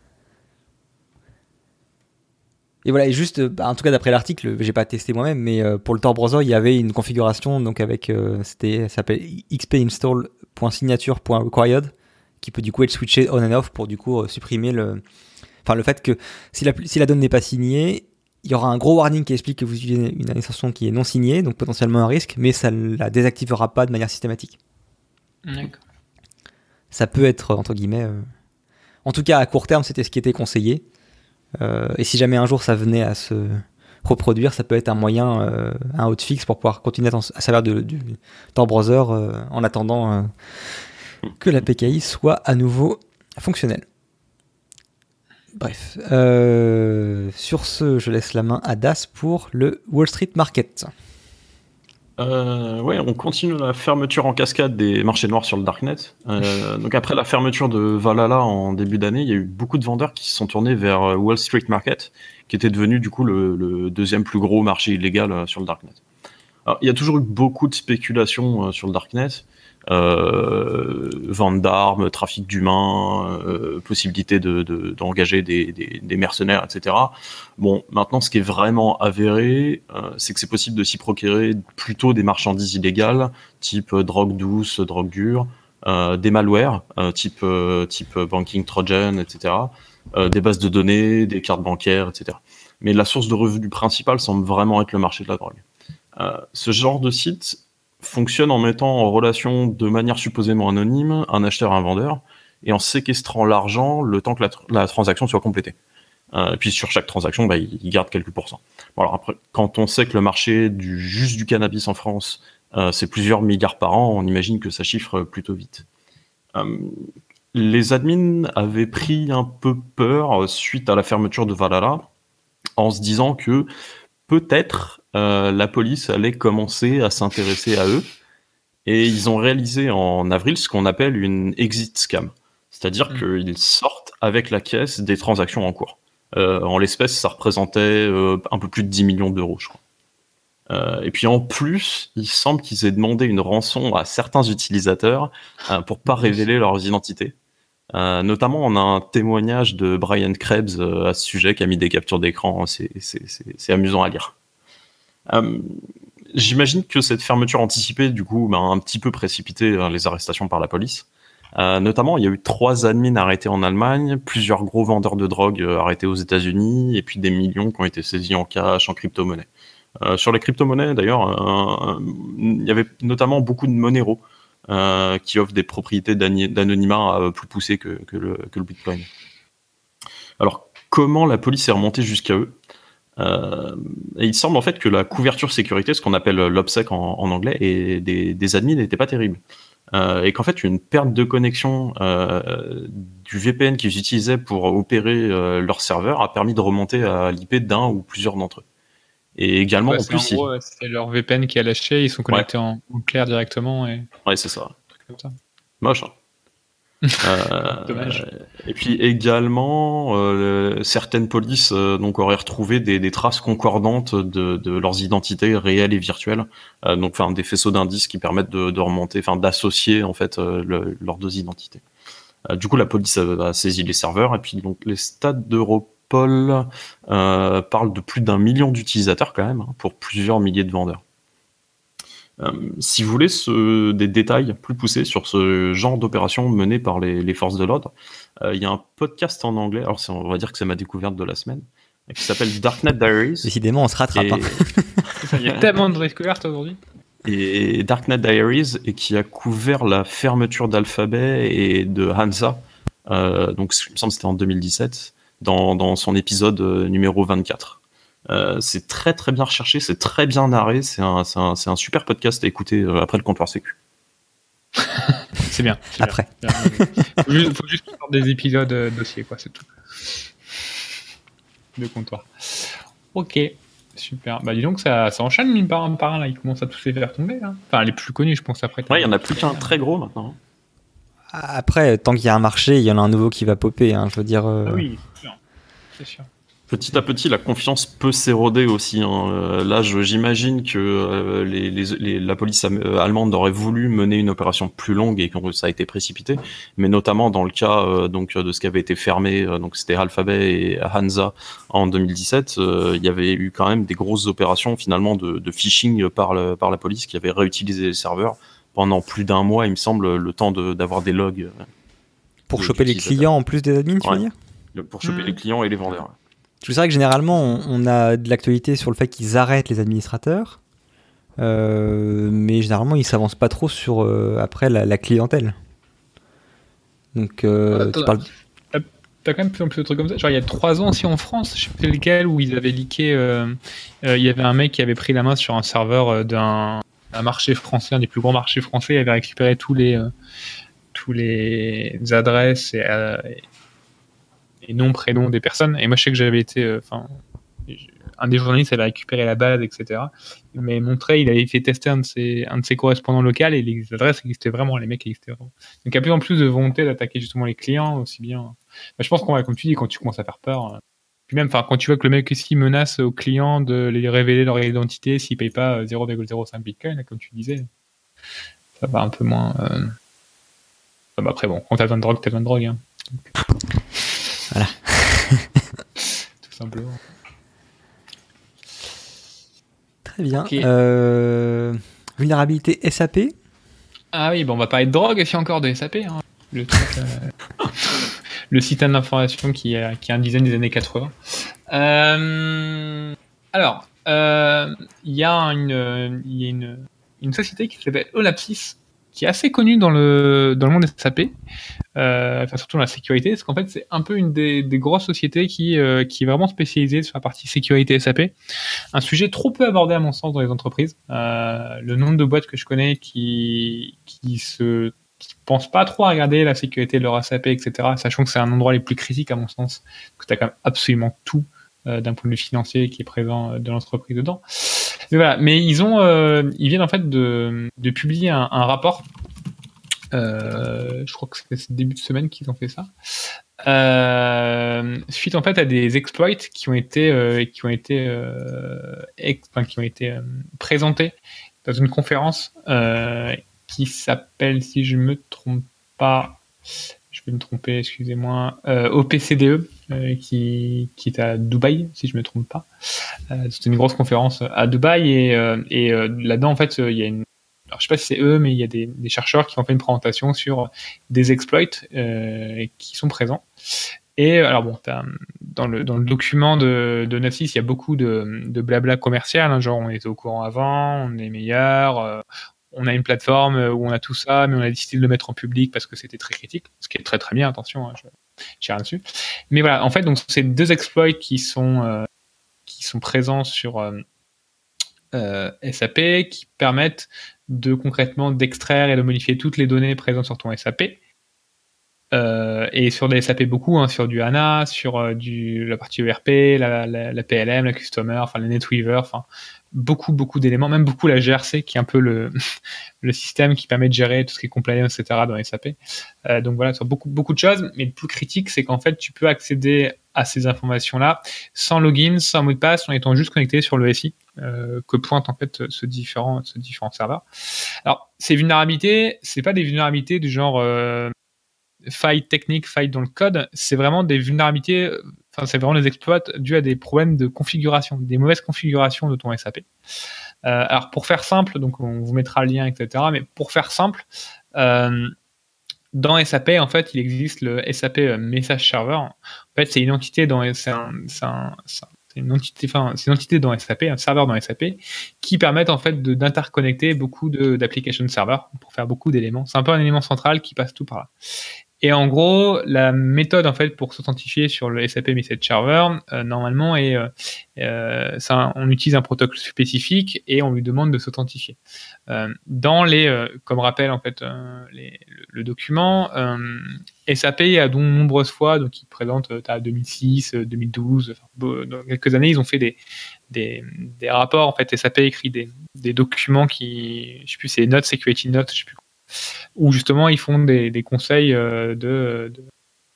Et voilà, et juste, bah, en tout cas d'après l'article, j'ai pas testé moi-même, mais euh, pour le Tor browser, il y avait une configuration, donc avec, euh, c'était, ça s'appelle xpinstall.signature.required, qui peut du coup être switché on and off pour du coup euh, supprimer le, enfin le fait que si la, si la donne n'est pas signée, il y aura un gros warning qui explique que vous utilisez une extension qui est non signée, donc potentiellement un risque, mais ça ne la désactivera pas de manière systématique. D'accord. Ça peut être, entre guillemets... Euh... En tout cas, à court terme, c'était ce qui était conseillé. Euh, et si jamais un jour ça venait à se reproduire, ça peut être un moyen, euh, un hotfix pour pouvoir continuer à, à servir de, du Tor browser euh, en attendant euh, que la P K I soit à nouveau fonctionnelle. Bref, euh, sur ce, je laisse la main à Das pour le Wall Street Market. Euh, ouais, on continue la fermeture en cascade des marchés noirs sur le Darknet. Euh, donc après la fermeture de Valhalla en début d'année, il y a eu beaucoup de vendeurs qui se sont tournés vers Wall Street Market, qui était devenu du coup le, le deuxième plus gros marché illégal sur le Darknet. Alors, il y a toujours eu beaucoup de spéculation sur le Darknet. Euh, vente d'armes, trafic d'humains, euh, possibilité de, de, d'engager des, des, des mercenaires, et cetera. Bon, maintenant, ce qui est vraiment avéré, euh, c'est que c'est possible de s'y procurer plutôt des marchandises illégales, type euh, drogue douce, drogue dure, euh, des malwares, euh, type, euh, type banking trojan, et cetera. Euh, des bases de données, des cartes bancaires, et cetera. Mais la source de revenus principale semble vraiment être le marché de la drogue. Euh, ce genre de site fonctionne en mettant en relation de manière supposément anonyme un acheteur et un vendeur, et en séquestrant l'argent le temps que la, tr- la transaction soit complétée. Euh, et puis sur chaque transaction, bah, il, il garde quelques pourcents. Bon, alors après, quand on sait que le marché du juste du cannabis en France, euh, c'est plusieurs milliards par an, on imagine que ça chiffre plutôt vite. Euh, les admins avaient pris un peu peur suite à la fermeture de Valhalla, en se disant que peut-être euh, la police allait commencer à s'intéresser à eux, et ils ont réalisé en avril ce qu'on appelle une exit scam, c'est-à-dire mmh. qu'ils sortent avec la caisse des transactions en cours. Euh, en l'espèce, ça représentait euh, un peu plus de dix millions d'euros, je crois. Euh, et puis en plus, il semble qu'ils aient demandé une rançon à certains utilisateurs euh, pour pas révéler leurs identités. Euh, notamment, on a un témoignage de Brian Krebs euh, à ce sujet qui a mis des captures d'écran. C'est, c'est, c'est, c'est amusant à lire. Euh, j'imagine que cette fermeture anticipée, du coup, bah, a un petit peu précipité euh, les arrestations par la police. Euh, notamment, il y a eu trois admins arrêtés en Allemagne, plusieurs gros vendeurs de drogue euh, arrêtés aux États-Unis, et puis des millions qui ont été saisis en cash, en crypto-monnaie. Euh, sur les crypto-monnaies, d'ailleurs, euh, il y avait notamment beaucoup de Monero, Euh, qui offre des propriétés d'anonymat euh, plus poussées que, que, le, que le Bitcoin. Alors, comment la police est remontée jusqu'à eux ? euh, et il semble en fait que la couverture sécurité, ce qu'on appelle l'OPSEC en, en anglais, et des, des admins n'était pas terrible. Euh, et qu'en fait, une perte de connexion euh, du V P N qu'ils utilisaient pour opérer euh, leur serveur a permis de remonter à l'I P d'un ou plusieurs d'entre eux. Et également, ouais, en plus, en gros, il... c'est leur V P N qui a lâché, ils sont connectés ouais. en, en clair directement. Et... Ouais, c'est ça. Comme ça. Moche. Hein. Euh, Dommage. Et puis également, euh, certaines polices euh, donc auraient retrouvé des, des traces concordantes de, de leurs identités réelles et virtuelles, euh, donc enfin des faisceaux d'indices qui permettent de, de remonter, enfin d'associer en fait euh, le, leurs deux identités. Euh, du coup, la police a, a saisi les serveurs et puis donc les stats d'Europol euh, parlent de plus d'un million d'utilisateurs quand même hein, pour plusieurs milliers de vendeurs. Euh, si vous voulez ce, des détails plus poussés sur ce genre d'opération menée par les, les forces de l'ordre, euh, il y a un podcast en anglais, alors on va dire que c'est ma découverte de la semaine, qui s'appelle Darknet Diaries. Décidément, on se rattrape. Et, hein. C'est ça, il y a tellement de découvertes aujourd'hui. et Darknet Diaries, et qui a couvert la fermeture d'Alphabet et de Hansa, euh, donc il me semble que c'était en deux mille dix-sept, dans, dans son épisode euh, numéro vingt-quatre. Euh, c'est très très bien recherché, c'est très bien narré, c'est un, c'est un, c'est un super podcast à écouter euh, après le comptoir sécu. C'est bien. c'est Après. bien. Faut juste, faut juste qu'ils sortent des épisodes euh, dossiers, quoi, c'est tout. De comptoir. Ok, super. Bah dis donc, ça, ça enchaîne mine par un par un, là. Ils commencent à tous les faire tomber, là. Enfin, les plus connus, je pense, après. Ouais, il y en a plus qu'un très gros maintenant. Après, tant qu'il y a un marché, il y en a un nouveau qui va popper. Hein, je veux dire. euh, Ah oui, c'est sûr. C'est sûr. Petit à petit, la confiance peut s'éroder aussi. Hein. Euh, là, je, j'imagine que euh, les, les, les, la police am- euh, allemande aurait voulu mener une opération plus longue et que ça a été précipité. Mais notamment dans le cas euh, donc de ce qui avait été fermé, euh, donc c'était Alphabet et Hansa en deux mille dix-sept. Euh, il y avait eu quand même des grosses opérations finalement de, de phishing par, le, par la police qui avait réutilisé les serveurs pendant plus d'un mois, il me semble, le temps de, d'avoir des logs. Pour de- choper les d'utilisateurs. clients en plus des admins, tu Ouais. veux dire? Le- Pour choper Hmm. les clients et les vendeurs. C'est vrai que généralement, on, on a de l'actualité sur le fait qu'ils arrêtent les administrateurs, euh, mais généralement, ils s'avancent pas trop sur euh, après la, la clientèle. Donc, euh, Attends, tu parles. T'as quand même plus en plus de trucs comme ça. Genre, il y a trois ans aussi en France, je sais plus lequel, où ils avaient leaké. euh, euh, Il y avait un mec qui avait pris la main sur un serveur euh, d'un un marché français, un des plus grands marchés français. Il avait récupéré tous les, euh, tous les adresses et, euh, et noms, prénoms des personnes. Et moi, je sais que j'avais été. Enfin, un des journalistes avait récupéré la base, et cetera. Il m'avait montré, il avait fait tester un de ses, un de ses correspondants locaux et les adresses existaient vraiment, les mecs existaient vraiment. Donc, il y a plus en plus de volonté d'attaquer justement les clients, aussi bien. Bah, je pense qu'on va, comme tu dis, quand tu commences à faire peur. euh, Puis même, enfin, quand tu vois que le mec ici menace aux clients de les révéler leur identité s'ils payent pas euh, zéro virgule zéro cinq bitcoin, là, comme tu disais, ça va un peu moins. Euh... Ah bah après, bon, quand t'as besoin de drogue, t'as besoin de drogue. Hein. Voilà. Tout simplement. Très bien. Ok. Euh, vulnérabilité S A P. Ah oui, bon, on va parler de drogue et puis encore de S A P. Hein. Le, truc, euh, le système d'information qui a, qui a un design des années quatre-vingts. Euh, alors, il euh, y a, une, y a une, une société qui s'appelle Olapsys, qui est assez connue dans le, dans le monde S A P, euh, enfin surtout dans la sécurité, parce qu'en fait c'est un peu une des, des grosses sociétés qui, euh, qui est vraiment spécialisée sur la partie sécurité S A P. Un sujet trop peu abordé à mon sens dans les entreprises. Euh, le nombre de boîtes que je connais qui, qui se qui pensent pas trop à regarder la sécurité de leur S A P, et cetera, sachant que c'est un endroit les plus critiques à mon sens, parce que tu as quand même absolument tout euh, d'un point de vue financier qui est présent euh, de l'entreprise dedans. Mais voilà, mais ils ont, euh, ils viennent en fait de, de publier un, un rapport. Euh, je crois que c'est ce début de semaine qu'ils ont fait ça. Euh, suite en fait à des exploits qui ont été, euh, qui ont été, euh, ex, enfin, qui ont été euh, présentés dans une conférence euh, qui s'appelle, si je me trompe pas, je vais me tromper, excusez-moi, euh, O P C D E, euh, qui, qui est à Dubaï, si je me trompe pas. Euh, c'est une grosse conférence à Dubaï et, euh, et euh, là-dedans, en fait, il y a une. Alors, je sais pas si c'est eux, mais il y a des, des chercheurs qui ont fait une présentation sur des exploits euh, qui sont présents. Et alors bon, dans le, dans le document de, de Nafis, il y a beaucoup de, de blabla commercial, hein, genre on était au courant avant, on est meilleur, euh, on a une plateforme où on a tout ça, mais on a décidé de le mettre en public parce que c'était très critique, ce qui est très très bien, attention, hein, je j'ai rien dessus. Mais voilà, en fait, donc c'est deux exploits qui sont euh, qui sont présents sur euh, euh, S A P, qui permettent de concrètement d'extraire et de modifier toutes les données présentes sur ton S A P. Euh, et sur des S A P beaucoup, hein, sur du H A N A, sur euh, du, la partie E R P, la, la, la P L M, la Customer, enfin la NetWeaver, enfin beaucoup, beaucoup d'éléments, même beaucoup la G R C qui est un peu le, le système qui permet de gérer tout ce qui est compliance, et cetera dans S A P. Euh, donc voilà, sur beaucoup, beaucoup de choses, mais le plus critique, c'est qu'en fait, tu peux accéder à ces informations-là sans login, sans mot de passe, en étant juste connecté sur le S I euh, que pointe en fait ce différent, ce différent serveur. Alors, ces vulnérabilités, c'est pas des vulnérabilités du genre euh, failles techniques, failles dans le code, c'est vraiment des vulnérabilités, enfin c'est vraiment des exploits dus à des problèmes de configuration, des mauvaises configurations de ton S A P. Euh, alors pour faire simple, donc on vous mettra le lien, et cetera. Mais pour faire simple, euh, dans S A P, en fait, il existe le S A P Message Server. En fait, c'est une entité dans c'est un, c'est un, c'est une entité, enfin, c'est une entité dans S A P, un serveur dans S A P, qui permettent en fait de, d'interconnecter beaucoup de, d'application servers pour faire beaucoup d'éléments. C'est un peu un élément central qui passe tout par là. Et en gros, la méthode en fait pour s'authentifier sur le S A P Message Server, euh, normalement, est, euh, euh, ça, on utilise un protocole spécifique et on lui demande de s'authentifier. Euh, dans les, euh, comme rappelle en fait euh, les, le, le document, euh, S A P a donc nombreuses fois, donc il présente euh, à deux mille six, deux mille douze, enfin, dans quelques années, ils ont fait des des, des rapports en fait. S A P écrit des, des documents qui, je sais plus, c'est Notes Security Notes, je sais plus, où justement ils font des, des conseils euh, de, de,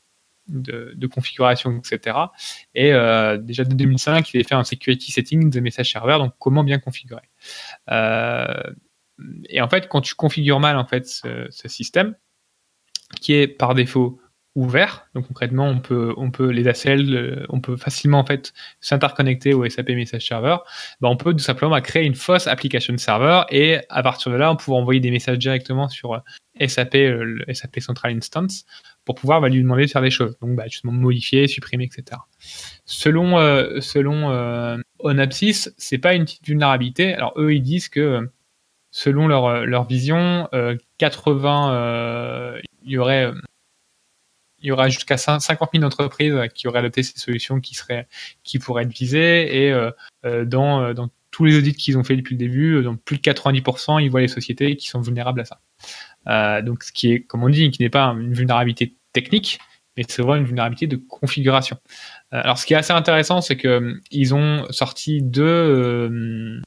de, de configuration, et cetera. Et euh, déjà dès deux mille cinq, il avait fait un security settings des messages serveurs, donc comment bien configurer. Euh, et en fait, quand tu configures mal en fait ce, ce système, qui est par défaut ouvert, donc concrètement on peut on peut les A C L, on peut facilement en fait s'interconnecter au S A P Message Server, bah, on peut tout simplement créer une fausse application server et à partir de là on peut envoyer des messages directement sur S A P, le S A P Central Instance, pour pouvoir bah, lui demander de faire des choses, donc bah, justement modifier, supprimer, et cetera. Selon euh, selon euh, Onapsys, c'est pas une petite vulnérabilité. Alors eux ils disent que selon leur leur vision, euh, quatre-vingts euh, il y aurait euh, il y aura jusqu'à cinquante mille entreprises qui auraient adopté ces solutions qui seraient, qui pourraient être visées, et euh, dans, dans tous les audits qu'ils ont fait depuis le début, dans plus de quatre-vingt-dix pour cent, ils voient les sociétés qui sont vulnérables à ça. Euh, donc, ce qui est, comme on dit, qui n'est pas une vulnérabilité technique, mais c'est vraiment une vulnérabilité de configuration. Euh, alors, ce qui est assez intéressant, c'est que ils ont sorti deux, euh,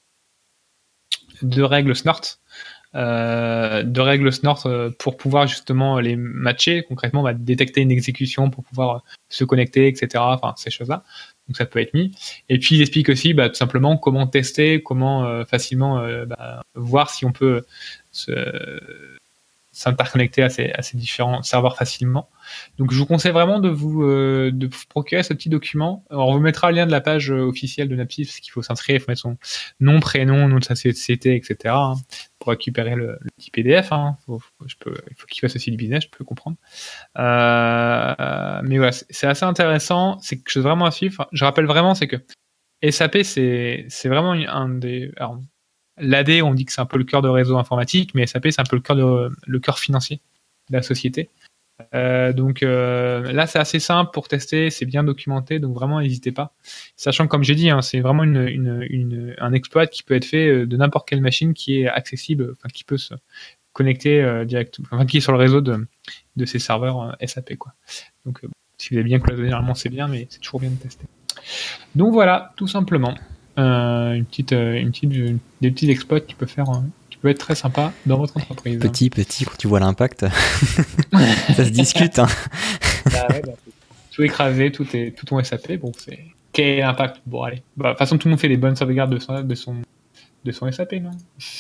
deux règles Snort. Euh, de règles Snort euh, pour pouvoir justement les matcher, concrètement bah, détecter une exécution pour pouvoir euh, se connecter, et cetera. Enfin, ces choses-là. Donc ça peut être mis. Et puis ils expliquent aussi bah, tout simplement comment tester, comment euh, facilement euh, bah, voir si on peut se, s'interconnecter à ces, à ces différents serveurs facilement. Donc je vous conseille vraiment de vous, euh, de vous procurer ce petit document. Alors, on vous mettra le lien de la page euh, officielle de Onapsys, parce qu'il faut s'inscrire, il faut mettre son nom, prénom, nom de sa société, et cetera, hein, pour récupérer le, le petit P D F. Hein. Faut, faut, je peux, il faut qu'il fasse aussi du business, je peux comprendre. Euh, mais voilà, c'est, c'est assez intéressant, c'est quelque chose vraiment à suivre. Je rappelle vraiment, c'est que S A P, c'est, c'est vraiment un des... Alors, l'A D, on dit que c'est un peu le cœur de réseau informatique, mais S A P, c'est un peu le cœur, de, le cœur financier de la société. Euh, donc euh, là, c'est assez simple pour tester, c'est bien documenté, donc vraiment, n'hésitez pas. Sachant que, comme j'ai dit, hein, c'est vraiment une, une, une, un exploit qui peut être fait de n'importe quelle machine qui est accessible, enfin, qui peut se connecter euh, directement, enfin, qui est sur le réseau de, de ces serveurs euh, S A P, quoi. Donc, euh, si vous avez bien closé, généralement, c'est bien, mais c'est toujours bien de tester. Donc voilà, tout simplement. Euh, une petite, euh, une petite, une, des petits exploits qui peuvent faire, euh, qui peuvent être très sympas dans votre entreprise. Petit, petit, quand tu vois l'impact, ça se discute. Hein. Bah ouais, bah, tout écrasé, tout est, tout ton S A P. Bon, c'est quel est l'impact? Bon, allez. Bah, de toute façon, tout le monde fait des bonnes sauvegardes de son, de son, de son S A P, non?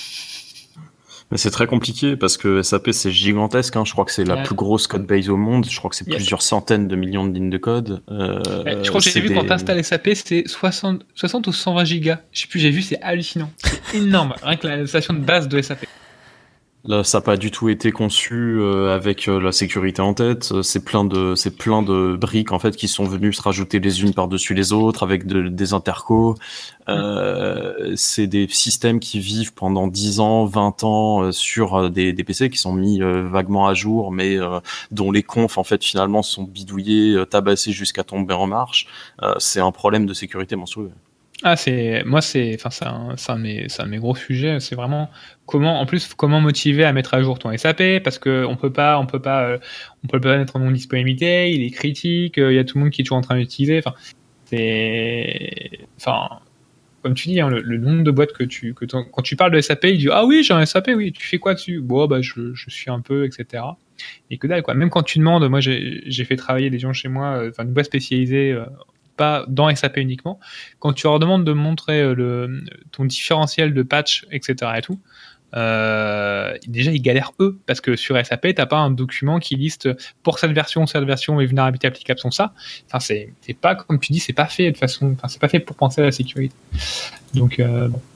Mais c'est très compliqué parce que S A P c'est gigantesque, hein. Je crois que c'est la ouais. plus grosse code base au monde, je crois que c'est yes. plusieurs centaines de millions de lignes de code. Euh, ouais, je crois que j'ai vu des... quand t'installes S A P c'était soixante, soixante ou cent vingt gigas, je sais plus, j'ai vu, c'est hallucinant, c'est énorme, rien que la station de base de S A P. Là, ça n'a pas du tout été conçu euh, avec euh, la sécurité en tête. C'est plein de, c'est plein de briques en fait qui sont venues se rajouter les unes par-dessus les autres avec de, des intercos. Euh, mmh. C'est des systèmes qui vivent pendant dix ans, vingt ans euh, sur euh, des, des P C qui sont mis euh, vaguement à jour, mais euh, dont les confs en fait finalement sont bidouillés, euh, tabassés jusqu'à tomber en marche. Euh, c'est un problème de sécurité monstrueux. Ah, c'est moi, c'est enfin, c'est un, c'est un de mes, c'est un de mes gros sujets. C'est vraiment comment, en plus, comment motiver à mettre à jour ton S A P parce que on peut pas, on peut pas, euh, on peut pas mettre en non disponibilité. Il est critique. Il y a tout le monde qui est toujours en train d'utiliser. Enfin, c'est, enfin, comme tu dis, hein, le, le nombre de boîtes que tu, que quand tu parles de S A P, il dit ah oui, j'ai un S A P, oui. Tu fais quoi dessus? Bon, bah je, je suis un peu, et cetera. Et que dalle quoi. Même quand tu demandes, moi j'ai, j'ai fait travailler des gens chez moi, enfin une boîte spécialisée. Euh, pas dans S A P uniquement, quand tu leur demandes de montrer le, ton différentiel de patch, et cetera et tout, euh, déjà ils galèrent eux, parce que sur S A P, t'as pas un document qui liste pour cette version, cette version, les vulnérabilités applicables sont ça. Enfin, c'est, c'est pas, comme tu dis, c'est pas fait de façon, enfin, c'est pas fait pour penser à la sécurité. Donc, euh, bon.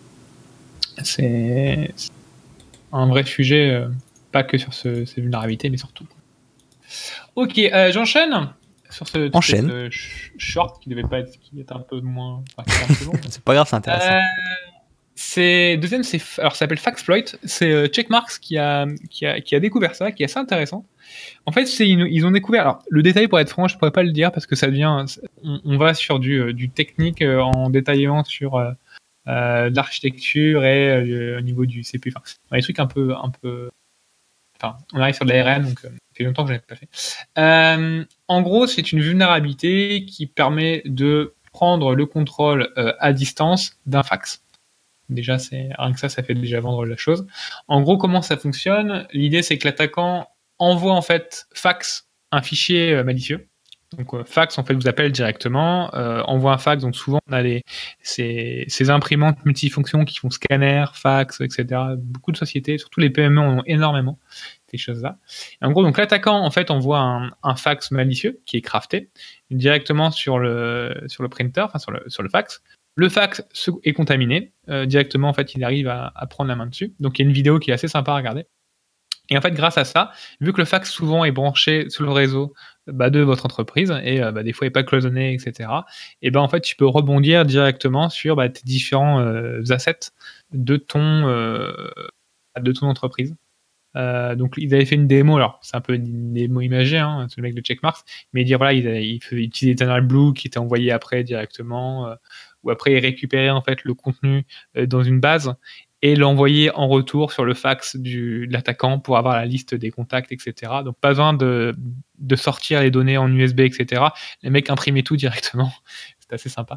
c'est, c'est un vrai sujet, euh, pas que sur ce, ces vulnérabilités, mais surtout. Ok, euh, j'enchaîne sur ce Enchaîne. euh, short qui devait pas être, qui est un peu moins, enfin, qui est un peu long. C'est pas grave, c'est intéressant. Euh, c'est deuxième, c'est alors ça s'appelle Faxploit. C'est euh, Checkmarx qui a qui a qui a découvert ça, qui est assez intéressant. En fait, c'est ils, ils ont découvert. Alors le détail, pour être franc, je pourrais pas le dire parce que ça devient, on, on va sur du du technique euh, en détaillant sur euh, euh, de l'architecture et euh, au niveau du C P U. Enfin, des trucs un peu un peu. Enfin, on arrive sur de l'A R N, donc euh, ça fait longtemps que je n'ai pas fait. Euh, en gros, c'est une vulnérabilité qui permet de prendre le contrôle euh, à distance d'un fax. Déjà, c'est rien que ça, ça fait déjà vendre la chose. En gros, comment ça fonctionne? L'idée, c'est que l'attaquant envoie en fait fax un fichier euh, malicieux. Donc euh, fax en fait vous appelle directement, euh, envoie un fax. Donc souvent on a les, ces, ces imprimantes multifonctions qui font scanner, fax, et cetera. Beaucoup de sociétés, surtout les P M E en ont énormément ces choses-là. Et en gros donc l'attaquant en fait envoie un, un fax malicieux qui est crafté directement sur le sur le printer, enfin sur le sur le fax. Le fax est contaminé euh, directement en fait il arrive à, à prendre la main dessus. Donc il y a une vidéo qui est assez sympa à regarder. Et en fait, grâce à ça, vu que le fax souvent est branché sur le réseau bah, de votre entreprise et euh, bah, des fois il n'est pas cloisonné, et cetera. Et ben en fait, tu peux rebondir directement sur bah, tes différents euh, assets de ton euh, de ton entreprise. Euh, donc ils avaient fait une démo, alors c'est un peu une démo imagée, hein, c'est le mec de Checkmarx, mais dire voilà, il, il, il utilisait Eternal Blue qui était envoyé après directement, euh, ou après il récupérait en fait le contenu euh, dans une base et l'envoyer en retour sur le fax du, de l'attaquant pour avoir la liste des contacts, et cetera. Donc pas besoin de, de sortir les données en U S B, et cetera. Les mecs imprimaient tout directement. C'est assez sympa.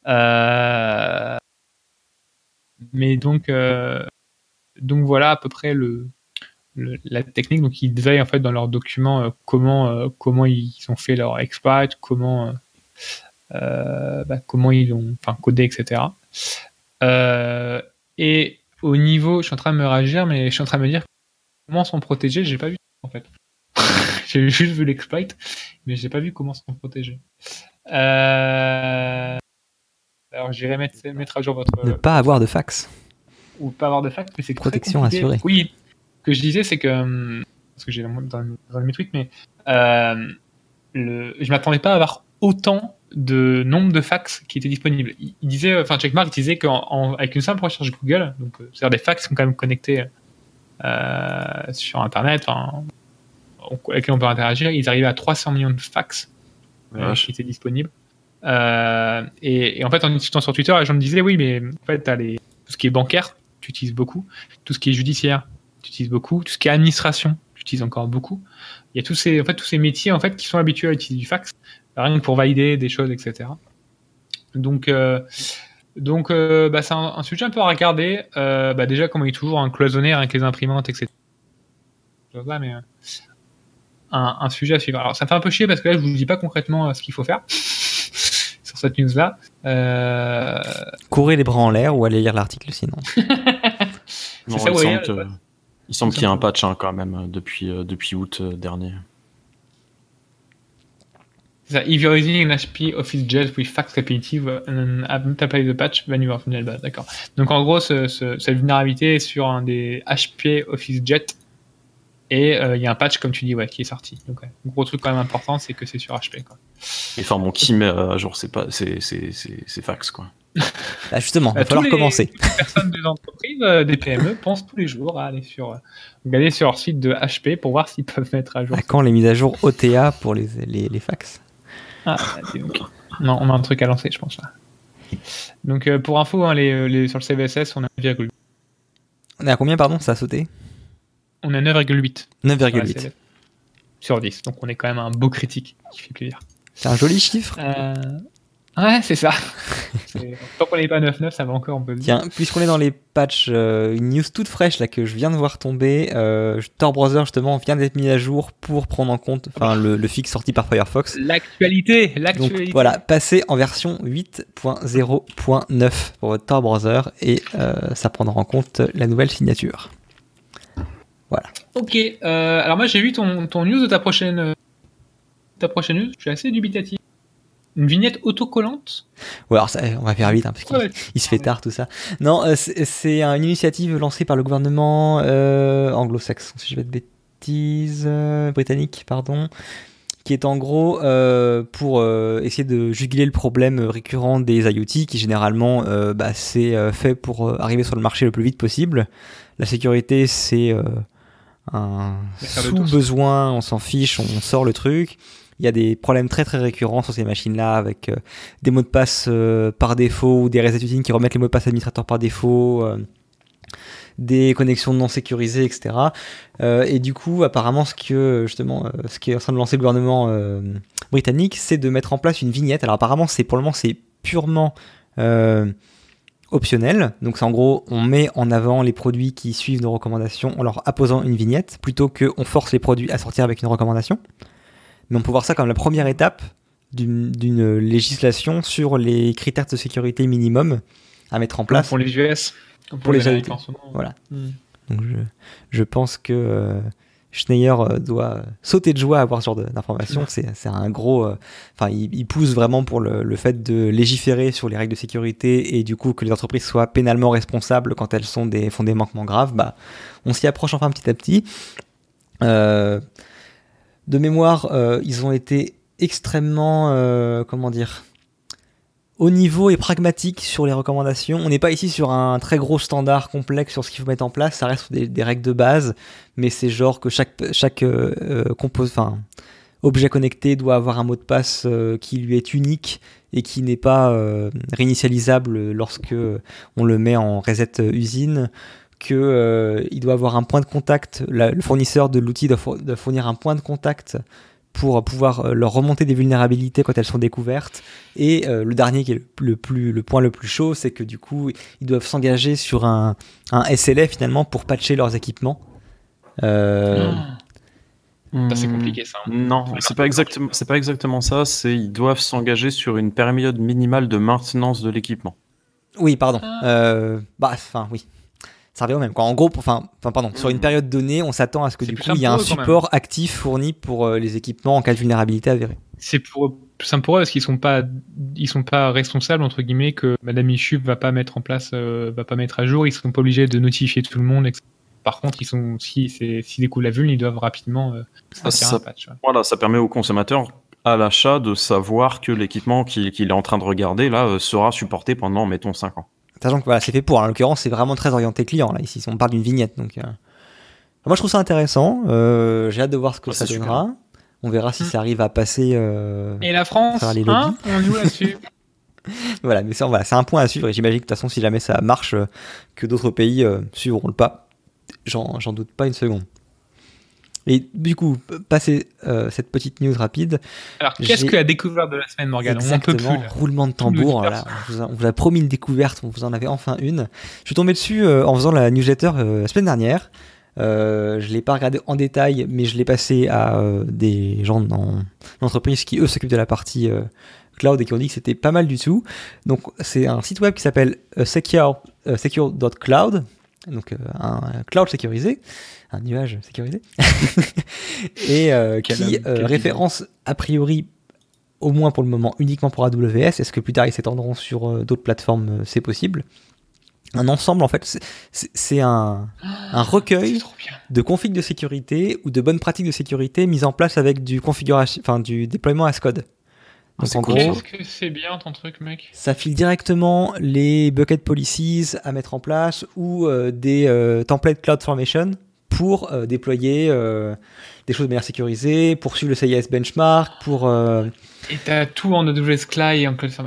Euh... Mais donc, euh... donc voilà à peu près le, le, la technique. Donc ils détaillent en fait dans leurs documents euh, comment, euh, comment ils ont fait leur exploit, comment, euh, bah, comment ils ont enfin, codé, et cetera. Euh... Et au niveau, je suis en train de me réagir, mais je suis en train de me dire comment sont protégés, j'ai pas vu en fait. J'ai juste vu l'exploit, mais j'ai pas vu comment sont protégés. Euh... Alors j'irai mettre, mettre à jour votre... Ne pas avoir de fax. Ou pas avoir de fax, mais c'est protection assurée. Oui, ce que je disais, c'est que... Parce que j'ai dans, dans mes tweets, mais euh, le... je m'attendais pas à avoir autant de nombre de fax qui étaient disponibles. Il, il disait, enfin Checkmarx disait qu'avec une simple recherche Google, donc c'est-à-dire des fax qui sont quand même connectés euh, sur Internet, enfin, avec lesquels on peut interagir, ils arrivaient à trois cents millions de fax euh, qui étaient disponibles. Euh, et, et en fait, en discutant sur Twitter, les gens me disaient oui, mais en fait, t'as les, tout ce qui est bancaire, tu utilises beaucoup, tout ce qui est judiciaire, tu utilises beaucoup, tout ce qui est administration, tu utilises encore beaucoup. Il y a tous ces, en fait, tous ces métiers en fait qui sont habitués à utiliser du fax, rien que pour valider des choses, et cetera. Donc, euh, donc, euh, bah, c'est un, un sujet un peu à regarder. Euh, bah, déjà, comment il est toujours un cloisonné avec les imprimantes, et cetera. Là, mais euh, un, un sujet à suivre. Alors, ça me fait un peu chier parce que là, je vous dis pas concrètement ce qu'il faut faire sur cette news-là. Euh... Courez les bras en l'air ou allez lire l'article sinon. non, ça, il, ouais, semble que, il semble qu'il y a un patch hein, quand même depuis, euh, depuis août euh, dernier. So, if you're using an H P OfficeJet with fax repetitive and haven't applied the patch, then you are vulnerable. D'accord. Donc en gros, ce, ce, cette vulnérabilité est sur un des H P OfficeJet et il euh, y a un patch, comme tu dis, ouais, qui est sorti. Donc ouais, un gros truc quand même important, c'est que c'est sur H P. Quoi. Et enfin, bon, qui met à jour c'est pas, c'est, c'est, c'est, c'est fax, quoi. Bah justement, il va euh, falloir les, commencer. Les personnes des entreprises, euh, des P M E, pensent tous les jours à aller sur, euh, aller sur leur site de H P pour voir s'ils peuvent mettre à jour. À quand les mises à jour O T A pour les, les, les fax? Ah, donc. Non, on a un truc à lancer, je pense. Là. Donc euh, pour info, hein, les, les, sur le C V S S, on a neuf virgule huit. On est à combien, pardon? Ça a sauté? On a neuf virgule huit. neuf virgule huit. Sur dix. Donc on est quand même un beau critique qui fait plaisir. C'est un joli chiffre. Euh... Ouais, c'est ça. c'est... Tant qu'on n'est pas neuf virgule neuf, ça va encore, on peut le dire. Tiens, puisqu'on est dans les patchs, euh, une news toute fraîche là que je viens de voir tomber, euh, Tor Browser justement vient d'être mis à jour pour prendre en compte, enfin le, le fixe sorti par Firefox. L'actualité, l'actualité. Donc voilà, passer en version huit point zéro point neuf pour votre Tor Browser et euh, ça prendra en compte la nouvelle signature. Voilà. Ok, euh, alors moi j'ai vu ton, ton news de ta prochaine, ta prochaine news, je suis assez dubitatif. Une vignette autocollante. Ouais, alors ça, on va faire vite, hein, parce qu'il ouais, il se fait tard tout ça. Non, euh, c'est, c'est une initiative lancée par le gouvernement euh, anglo-saxon, si je vais de bêtises, euh, britannique, pardon, qui est en gros euh, pour euh, essayer de juguler le problème récurrent des IoT, qui généralement euh, bah, c'est euh, fait pour euh, arriver sur le marché le plus vite possible. La sécurité, c'est euh, un sous-besoin, on s'en fiche, on sort le truc. Il y a des problèmes très très récurrents sur ces machines-là avec euh, des mots de passe euh, par défaut ou des reset routines qui remettent les mots de passe administrateurs par défaut, euh, des connexions non sécurisées, et cetera. Euh, et du coup, apparemment, ce que justement, euh, ce qui est en train de lancer le gouvernement euh, britannique, c'est de mettre en place une vignette. Alors apparemment, c'est pour le moment, c'est purement euh, optionnel. Donc c'est en gros, on met en avant les produits qui suivent nos recommandations en leur apposant une vignette, plutôt qu'on force les produits à sortir avec une recommandation. Mais on peut voir ça comme la première étape d'une, d'une législation sur les critères de sécurité minimum à mettre en place. Pour les U S, pour, pour les Américains. Voilà. Mm. Donc je, je pense que euh, Schneier doit sauter de joie à avoir ce genre d'informations. Mm. C'est, c'est un gros... Enfin, euh, il, il pousse vraiment pour le, le fait de légiférer sur les règles de sécurité et du coup que les entreprises soient pénalement responsables quand elles sont des, font des manquements graves. Bah, on s'y approche enfin petit à petit. Euh... De mémoire, euh, ils ont été extrêmement, euh, comment dire, haut niveau et pragmatiques sur les recommandations. On n'est pas ici sur un très gros standard complexe sur ce qu'il faut mettre en place. Ça reste des, des règles de base, mais c'est genre que chaque, chaque euh, compose, enfin, objet connecté doit avoir un mot de passe euh, qui lui est unique et qui n'est pas euh, réinitialisable lorsque on le met en reset usine. Qu'il euh, doit avoir un point de contact, la, le fournisseur de l'outil doit, four, doit fournir un point de contact pour pouvoir euh, leur remonter des vulnérabilités quand elles sont découvertes. Et euh, le dernier, qui est le, le, plus, le point le plus chaud, c'est que du coup, ils doivent s'engager sur un, un S L A finalement pour patcher leurs équipements. Euh... Mmh. Ça, c'est compliqué ça. Hein. Non, c'est pas, exactement, c'est pas exactement ça, c'est ils doivent s'engager sur une période minimale de maintenance de l'équipement. Oui, pardon. Ah. Euh, bah, enfin, oui. Ça revient au même. Quoi. En gros, enfin, pardon, mmh. sur une période donnée, on s'attend à ce que c'est du coup, il y ait un support actif fourni pour euh, les équipements en cas de vulnérabilité avérée. C'est pour, plus simple pour eux parce qu'ils sont pas, ils sont pas responsables entre guillemets que Madame Michu va pas mettre en place, euh, va pas mettre à jour. Ils seront pas obligés de notifier tout le monde. Et cetera. Par contre, ils sont, si c'est, s'ils découvrent la vulne, ils doivent rapidement euh, sortir un patch. Ouais. Voilà, ça permet aux consommateurs à l'achat de savoir que l'équipement qu'il, qu'il est en train de regarder là euh, sera supporté pendant, mettons, cinq ans. Sachant que voilà, c'est fait pour, en l'occurrence, c'est vraiment très orienté client, là, ici, on parle d'une vignette. Donc, euh... moi, je trouve ça intéressant, euh, j'ai hâte de voir ce que ah, ça donnera. Super. On verra si mmh. ça arrive à passer... Euh, et la France, hein, on joue là-dessus. Voilà, mais ça, voilà, c'est un point à suivre, et j'imagine que de toute façon, si jamais ça marche, euh, que d'autres pays euh, suivront le pas. J'en, j'en doute pas une seconde. Et du coup, passer euh, cette petite news rapide. Alors, qu'est-ce que la découverte de la semaine, Morgane ? Exactement, on peut plus, roulement de tambour. Voilà. On, vous a, on vous a promis une découverte, on vous en avait enfin une. Je suis tombé dessus euh, en faisant la newsletter euh, la semaine dernière. Euh, je ne l'ai pas regardé en détail, mais je l'ai passé à euh, des gens dans l'entreprise qui, eux, s'occupent de la partie euh, cloud et qui ont dit que c'était pas mal du tout. Donc, c'est un site web qui s'appelle euh, secure, euh, secure dot cloud. Donc, euh, un cloud sécurisé. Un nuage sécurisé, et euh, qui homme, euh, référence a priori, au moins pour le moment, uniquement pour A W S. Est-ce que plus tard ils s'étendront sur euh, d'autres plateformes, euh, c'est possible. Un ensemble, en fait, c'est, c'est, c'est un, un recueil de configs de sécurité ou de bonnes pratiques de sécurité mises en place avec du configuration, enfin du déploiement as code. Donc, en gros, est-ce que c'est bien ton truc, mec ? Ça file directement les bucket policies à mettre en place ou euh, des euh, templates CloudFormation pour euh, déployer euh, des choses de manière sécurisée, pour suivre le C I S benchmark, pour... Euh... Et t'as tout en A W S C L I et en CloudFormation.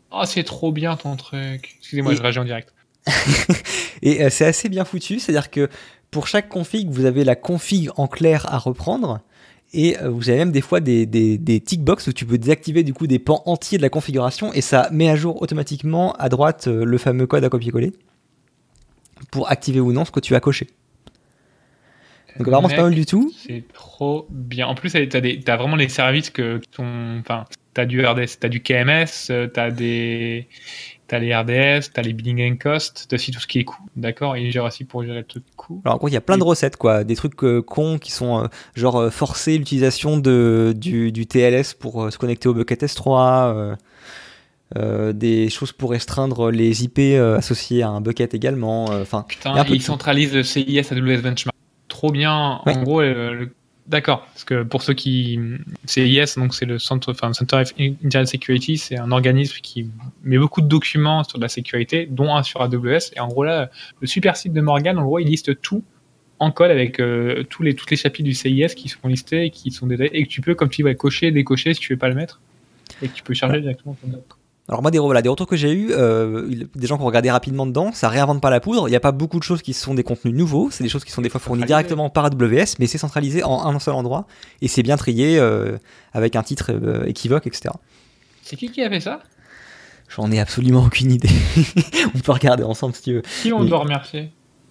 Oh, c'est trop bien ton truc. Excusez-moi, Et- je réagis en direct. Et euh, c'est assez bien foutu, c'est-à-dire que pour chaque config, vous avez la config en clair à reprendre. Et euh, vous avez même des fois des, des, des tick box où tu peux désactiver du coup des pans entiers de la configuration et ça met à jour automatiquement à droite euh, le fameux code à copier-coller pour activer ou non ce que tu as coché. Donc apparemment c'est pas mal du tout. C'est trop bien. En plus, t'as, des, t'as vraiment les services que, qui sont... Enfin, t'as du R D S, t'as du K M S, t'as des... T'as les R D S, t'as les billing and cost, t'as aussi tout ce qui est coût, d'accord? Et il gère aussi pour gérer le truc coût. Alors en gros il y a plein de recettes quoi, des trucs euh, cons qui sont euh, genre euh, forcer l'utilisation de, du, du T L S pour euh, se connecter au bucket S trois, euh, euh, des choses pour restreindre les I P euh, associés à un bucket également. Enfin, euh, Putain, il centralise le C I S A W S Benchmark. Trop bien. Ouais. En gros, le, le... d'accord. Parce que pour ceux qui, C I S, donc c'est le Centre, enfin, Center of Internet Security, c'est un organisme qui met beaucoup de documents sur de la sécurité, dont un sur A W S. Et en gros là, le super site de Morgan, en gros, il liste tout en code avec euh, tous les toutes les chapitres du C I S qui sont listés et qui sont détaillés et que tu peux, comme tu vas cocher, décocher si tu veux pas le mettre, et que tu peux charger ouais. directement ton doc. Alors moi, des, voilà, des retours que j'ai eu, euh, des gens qui ont regardé rapidement dedans, ça réinvente pas la poudre. Il n'y a pas beaucoup de choses qui sont des contenus nouveaux. C'est des choses qui sont des fois fournies directement par A W S, mais c'est centralisé en un seul endroit et c'est bien trié euh, avec un titre euh, équivoque, et cetera. C'est qui qui a fait ça ? J'en ai absolument aucune idée. On peut regarder ensemble si tu veux. Qui on mais... doit remercier ?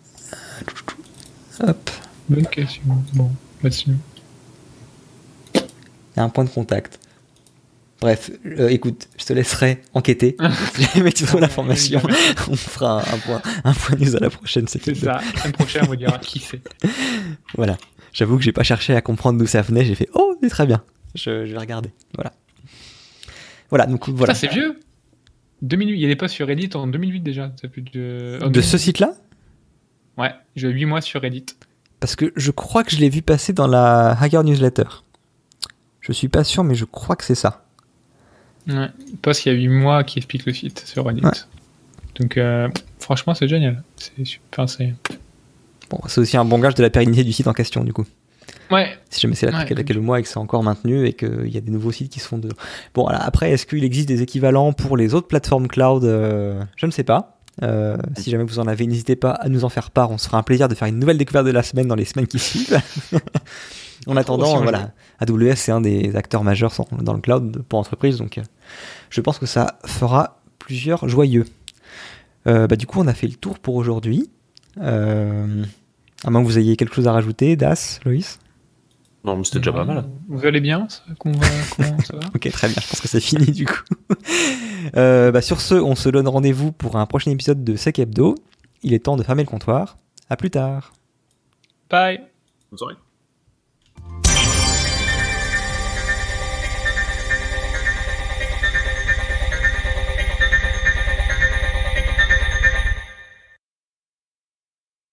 Hop. Bonne question. Bon, là-dessus. Il y a un point de contact. Bref, euh, écoute, je te laisserai enquêter. Si jamais tu trouves l'information, on fera un, un, point, un point news à la prochaine. C'est, c'est ça. La semaine prochaine, on vous dira qui c'est. Voilà. J'avoue que j'ai pas cherché à comprendre d'où ça venait. J'ai fait oh, c'est très bien. Je, je vais regarder. Voilà. Voilà. Donc voilà. Putain, c'est vieux. deux mille huit. Il y a des posts sur Reddit en deux mille huit déjà. Ça plus de. Oh, de ce site-là ? Ouais. J'ai huit mois sur Reddit. Parce que je crois que je l'ai vu passer dans la Hacker Newsletter. Je suis pas sûr, mais je crois que c'est ça. Ouais, post il y a huit mois qui explique le site sur Reddit. Ouais. Donc euh, franchement c'est génial. C'est super, c'est... Bon, c'est aussi un bon gage de la pérennité du site en question du coup. Ouais. Si jamais c'est là depuis ouais. quelques mois et que c'est encore maintenu et qu'il y a des nouveaux sites qui se font de... Bon alors, après est-ce qu'il existe des équivalents pour les autres plateformes cloud euh, je ne sais pas. Euh, si jamais vous en avez, n'hésitez pas à nous en faire part. On se fera un plaisir de faire une nouvelle découverte de la semaine dans les semaines qui suivent. En attendant, voilà, A W S c'est un des acteurs majeurs dans le cloud pour entreprise, donc euh, je pense que ça fera plusieurs joyeux. Euh, bah, du coup, on a fait le tour pour aujourd'hui. Euh, à moins que vous ayez quelque chose à rajouter, Das, Loïs ? Non, mais c'était déjà pas mal. Vous allez bien ? Comment, comment ça va ? Ok, très bien, je pense que c'est fini du coup. euh, bah, sur ce, on se donne rendez-vous pour un prochain épisode de Sec Hebdo. Il est temps de fermer le comptoir. À plus tard. Bye. Bonne soirée.